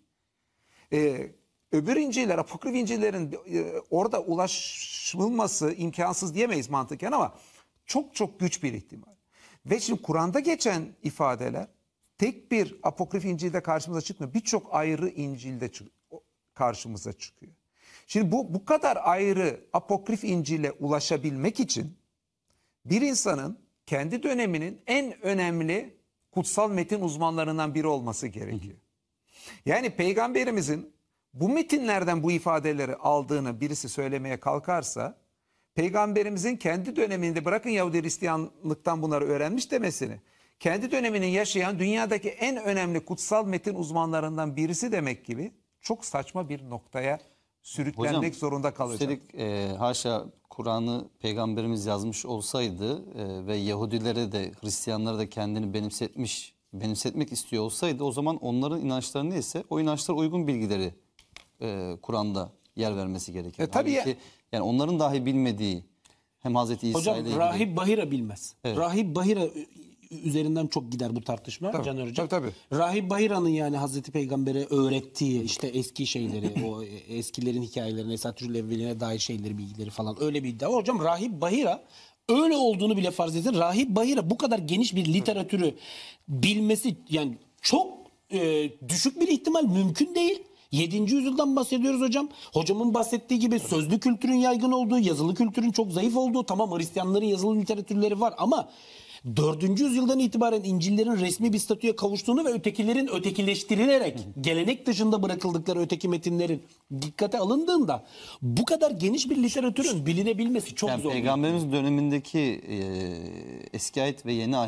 Ee, öbür İncil'ler, apokrif İncil'lerin e, orada ulaşılması imkansız diyemeyiz mantıken ama çok çok güç bir ihtimal. Ve şimdi Kur'an'da geçen ifadeler tek bir apokrif İncil'de karşımıza çıkmıyor. Birçok ayrı İncil'de çı- karşımıza çıkıyor. Şimdi bu bu kadar ayrı apokrif İncil'e ulaşabilmek için bir insanın kendi döneminin en önemli kutsal metin uzmanlarından biri olması gerekiyor. Yani Peygamberimizin bu metinlerden bu ifadeleri aldığını birisi söylemeye kalkarsa Peygamberimizin kendi döneminde bırakın Yahudi Hristiyanlıktan bunları öğrenmiş demesini kendi döneminin yaşayan dünyadaki en önemli kutsal metin uzmanlarından birisi demek gibi çok saçma bir noktaya sürüklenmek Hocam, zorunda kalacak. Üstelik e, haşa Kur'an'ı Peygamberimiz yazmış olsaydı e, ve Yahudilere de Hristiyanlara da kendini benimsetmiş, benimsetmek istiyor olsaydı o zaman onların inançları neyse o inançlara uygun bilgileri e, Kur'an'da yer vermesi gerekir. E, tabii Halbuki, ya- yani onların dahi bilmediği hem Hazreti İsa Hocam ile ilgili. Rahip Bahira bilmez. Evet. Rahip Bahira üzerinden çok gider bu tartışma Tabii, Caner Hocam. tabii, Rahip Bahira'nın yani Hazreti Peygamber'e öğrettiği işte eski şeyleri, o eskilerin hikayelerini, Esatürk'ün evveline dair şeyleri, bilgileri falan öyle bir iddia var. Hocam Rahip Bahira öyle olduğunu bile farz edin. Rahip Bahira bu kadar geniş bir literatürü bilmesi yani çok e, düşük bir ihtimal mümkün değil. yedinci yüzyıldan bahsediyoruz hocam. Hocamın bahsettiği gibi sözlü kültürün yaygın olduğu, yazılı kültürün çok zayıf olduğu, tamam Hristiyanların yazılı literatürleri var ama dördüncü yüzyıldan itibaren İncil'lerin resmi bir statüye kavuştuğunu ve ötekilerin ötekileştirilerek gelenek dışında bırakıldıkları öteki metinlerin dikkate alındığında bu kadar geniş bir literatürün bilinebilmesi çok Yani zor. Peygamberimiz dönemindeki e, eski ayet ve yeni ahit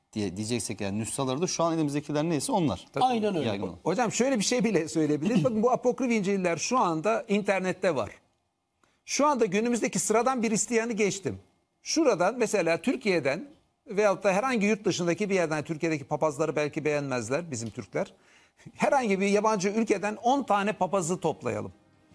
diye diyeceksek yani nüshaları da şu an elimizdekiler neyse onlar. Aynen öyle. Yaygın olan. Hocam şöyle bir şey bile söyleyebiliriz. Bakın bu apokrif İncil'ler şu anda internette var. Şu anda günümüzdeki sıradan bir Hristiyanı geçtim. Şuradan mesela Türkiye'den veyahut da herhangi yurt dışındaki bir yerden, Türkiye'deki papazları belki beğenmezler bizim Türkler. Herhangi bir yabancı ülkeden on tane papazı toplayalım.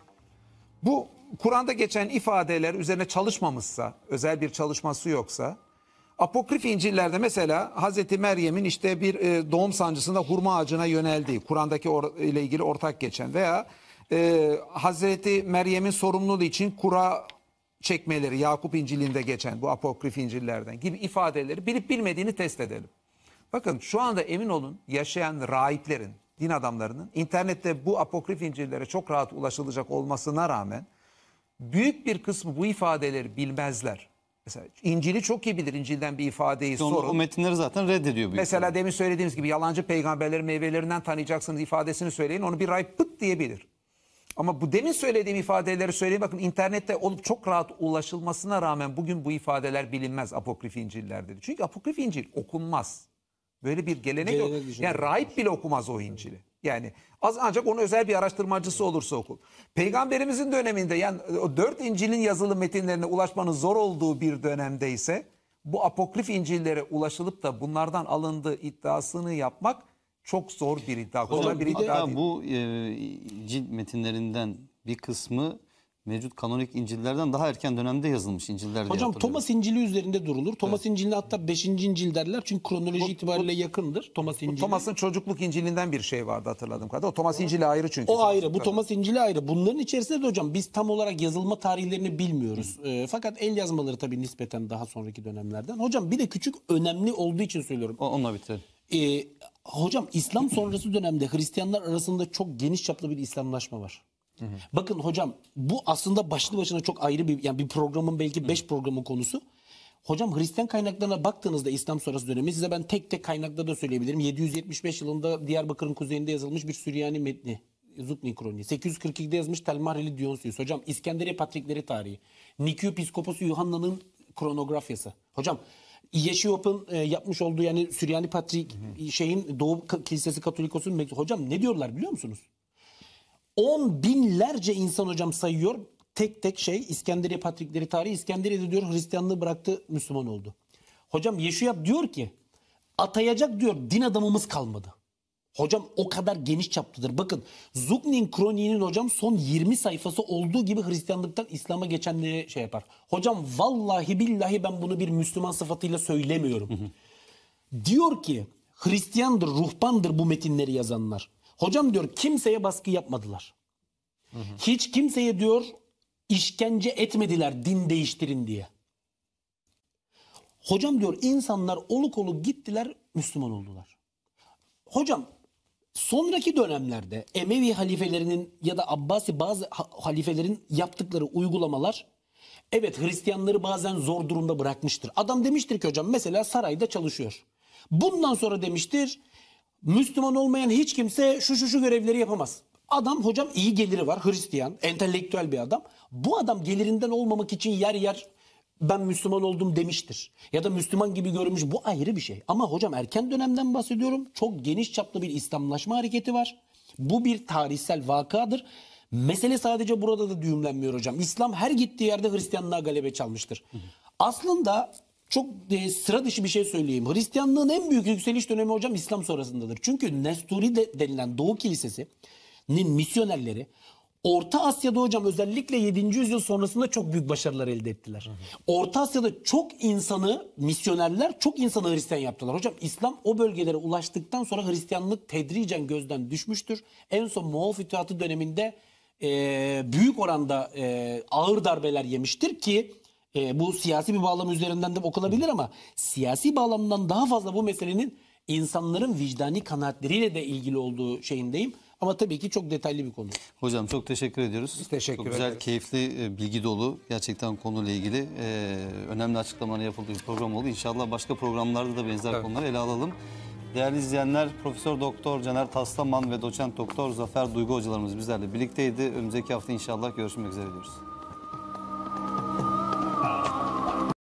Bu Kur'an'da geçen ifadeler üzerine çalışmamışsa, özel bir çalışması yoksa, apokrif İncil'lerde mesela Hazreti Meryem'in işte bir e, doğum sancısında hurma ağacına yöneldiği, Kur'an'daki or- ile ilgili ortak geçen veya e, Hazreti Meryem'in sorumluluğu için kura çekmeleri, Yakup İncil'inde geçen bu apokrif İncil'lerden gibi ifadeleri bilip bilmediğini test edelim. Bakın şu anda emin olun yaşayan rahiplerin, din adamlarının internette bu apokrif İncil'lere çok rahat ulaşılacak olmasına rağmen büyük bir kısmı bu ifadeleri bilmezler. Mesela İncil'i çok iyi bilir. İncil'den bir ifadeyi Sonra sorun. o metinleri zaten reddediyor büyük Mesela ihtimalle. demin söylediğimiz gibi yalancı peygamberleri meyvelerinden tanıyacaksınız ifadesini söyleyin. Onu bir rahip pıt diyebilir. Ama bu demin söylediğim ifadeleri söyleyin. Bakın internette olup çok rahat ulaşılmasına rağmen bugün bu ifadeler bilinmez apokrif İncil'lerde. Çünkü apokrif İncil okunmaz. Böyle bir gelenek yok. Gelenek dışı Yani rahip bile okumaz o İncil'i. Yani az ancak onu özel bir araştırmacısı olursa okur. Peygamberimizin döneminde yani o dört İncil'in yazılı metinlerine ulaşmanın zor olduğu bir dönemde ise bu apokrif İncil'lere ulaşılıp da bunlardan alındığı iddiasını yapmak çok zor bir iddia. Kolay bir iddia Hatta değil. bu e, İncil metinlerinden bir kısmı mevcut kanonik İncil'lerden daha erken dönemde yazılmış İncil'ler diye Hocam hatırlıyorum. Thomas İncil'i üzerinde durulur. Thomas İncil'ine hatta beşinci İncil derler. Çünkü kronoloji itibariyle yakındır Thomas İncil'i. Thomas'ın çocukluk İncil'inden bir şey vardı hatırladığım kadarıyla. O Thomas İncil'i ayrı çünkü. O ayrı. Bu Thomas İncil'i ayrı. Bunların içerisinde de hocam biz tam olarak yazılma tarihlerini bilmiyoruz. Ee, fakat el yazmaları tabii nispeten daha sonraki dönemlerden. Hocam bir de küçük önemli olduğu için söylüyorum. O- Onunla bitirelim. Ee, hocam İslam sonrası dönemde Hristiyanlar arasında çok geniş çaplı bir İslamlaşma var. Bakın hocam bu aslında başlı başına çok ayrı bir yani bir programın belki beş programın konusu. Hocam Hristiyan kaynaklarına baktığınızda İslam sonrası dönemi size ben tek tek kaynakta da söyleyebilirim. yedi yüz yetmiş beş yılında Diyarbakır'ın kuzeyinde yazılmış bir Süryani metni. Zupni Kroniği. sekiz yüz kırk ikide yazmış Telmareli Dionysius. Hocam İskenderiye Patrikleri tarihi. Nikio Piskoposu Yuhanna'nın kronografyası. Hocam Yeşiop'un e, yapmış olduğu yani Süryani Patrik şeyin Doğu Ka- Kilisesi Katolikos'un mektubu. Hocam ne diyorlar biliyor musunuz? On binlerce insan hocam sayıyor. Tek tek şey İskenderiye Patrikleri tarihi. İskenderiye'de diyor Hristiyanlığı bıraktı, Müslüman oldu. Hocam Yeşuyap diyor ki atayacak diyor din adamımız kalmadı. Hocam o kadar geniş çaplıdır. Bakın Zuknin Kroniği'nin hocam son yirmi sayfası olduğu gibi Hristiyanlıktan İslam'a geçenleri şey yapar. Hocam vallahi billahi ben bunu bir Müslüman sıfatıyla söylemiyorum. Diyor ki Hristiyandır, ruhbandır bu metinleri yazanlar. Hocam diyor kimseye baskı yapmadılar. Hiç kimseye diyor işkence etmediler din değiştirin diye. Hocam diyor insanlar oluk oluk gittiler Müslüman oldular. Hocam sonraki dönemlerde Emevi halifelerinin ya da Abbasi bazı ha- halifelerin yaptıkları uygulamalar evet Hristiyanları bazen zor durumda bırakmıştır. Adam demiştir ki hocam mesela sarayda çalışıyor. Bundan sonra demiştir Müslüman olmayan hiç kimse şu şu şu görevleri yapamaz. Adam hocam iyi geliri var Hristiyan, entelektüel bir adam. Bu adam gelirinden olmamak için yer yer ben Müslüman oldum demiştir. Ya da Müslüman gibi görünmüş bu ayrı bir şey. Ama hocam erken dönemden bahsediyorum. Çok geniş çaplı bir İslamlaşma hareketi var. Bu bir tarihsel vakadır. Mesele sadece burada da düğümlenmiyor hocam. İslam her gittiği yerde Hristiyanlığa galebe çalmıştır. Aslında çok e, sıra dışı bir şey söyleyeyim. Hristiyanlığın en büyük yükseliş dönemi hocam İslam sonrasındadır. Çünkü Nesturi de, denilen Doğu Kilisesi'nin misyonerleri Orta Asya'da hocam özellikle yedinci yüzyıl sonrasında çok büyük başarılar elde ettiler. Orta Asya'da çok insanı misyonerler çok insanı Hristiyan yaptılar. Hocam İslam o bölgelere ulaştıktan sonra Hristiyanlık tedricen gözden düşmüştür. En son Moğol Fütuhatı döneminde e, büyük oranda e, ağır darbeler yemiştir ki e, bu siyasi bir bağlam üzerinden de okunabilir ama siyasi bağlamdan daha fazla bu meselenin insanların vicdani kanaatleriyle de ilgili olduğu şeyindeyim. Ama tabii ki çok detaylı bir konu. Hocam çok teşekkür ediyoruz. Biz teşekkür çok güzel, ederiz. keyifli, e, bilgi dolu gerçekten konuyla ilgili e, önemli açıklamalar yapıldığı bir program oldu. İnşallah başka programlarda da benzer Tabii. konuları ele alalım. Değerli izleyenler, Profesör Doktor Caner Taslaman ve Doçent Doktor Zafer Duygu hocalarımız bizlerle birlikteydi. Önümüzdeki hafta inşallah görüşmek üzere diyoruz.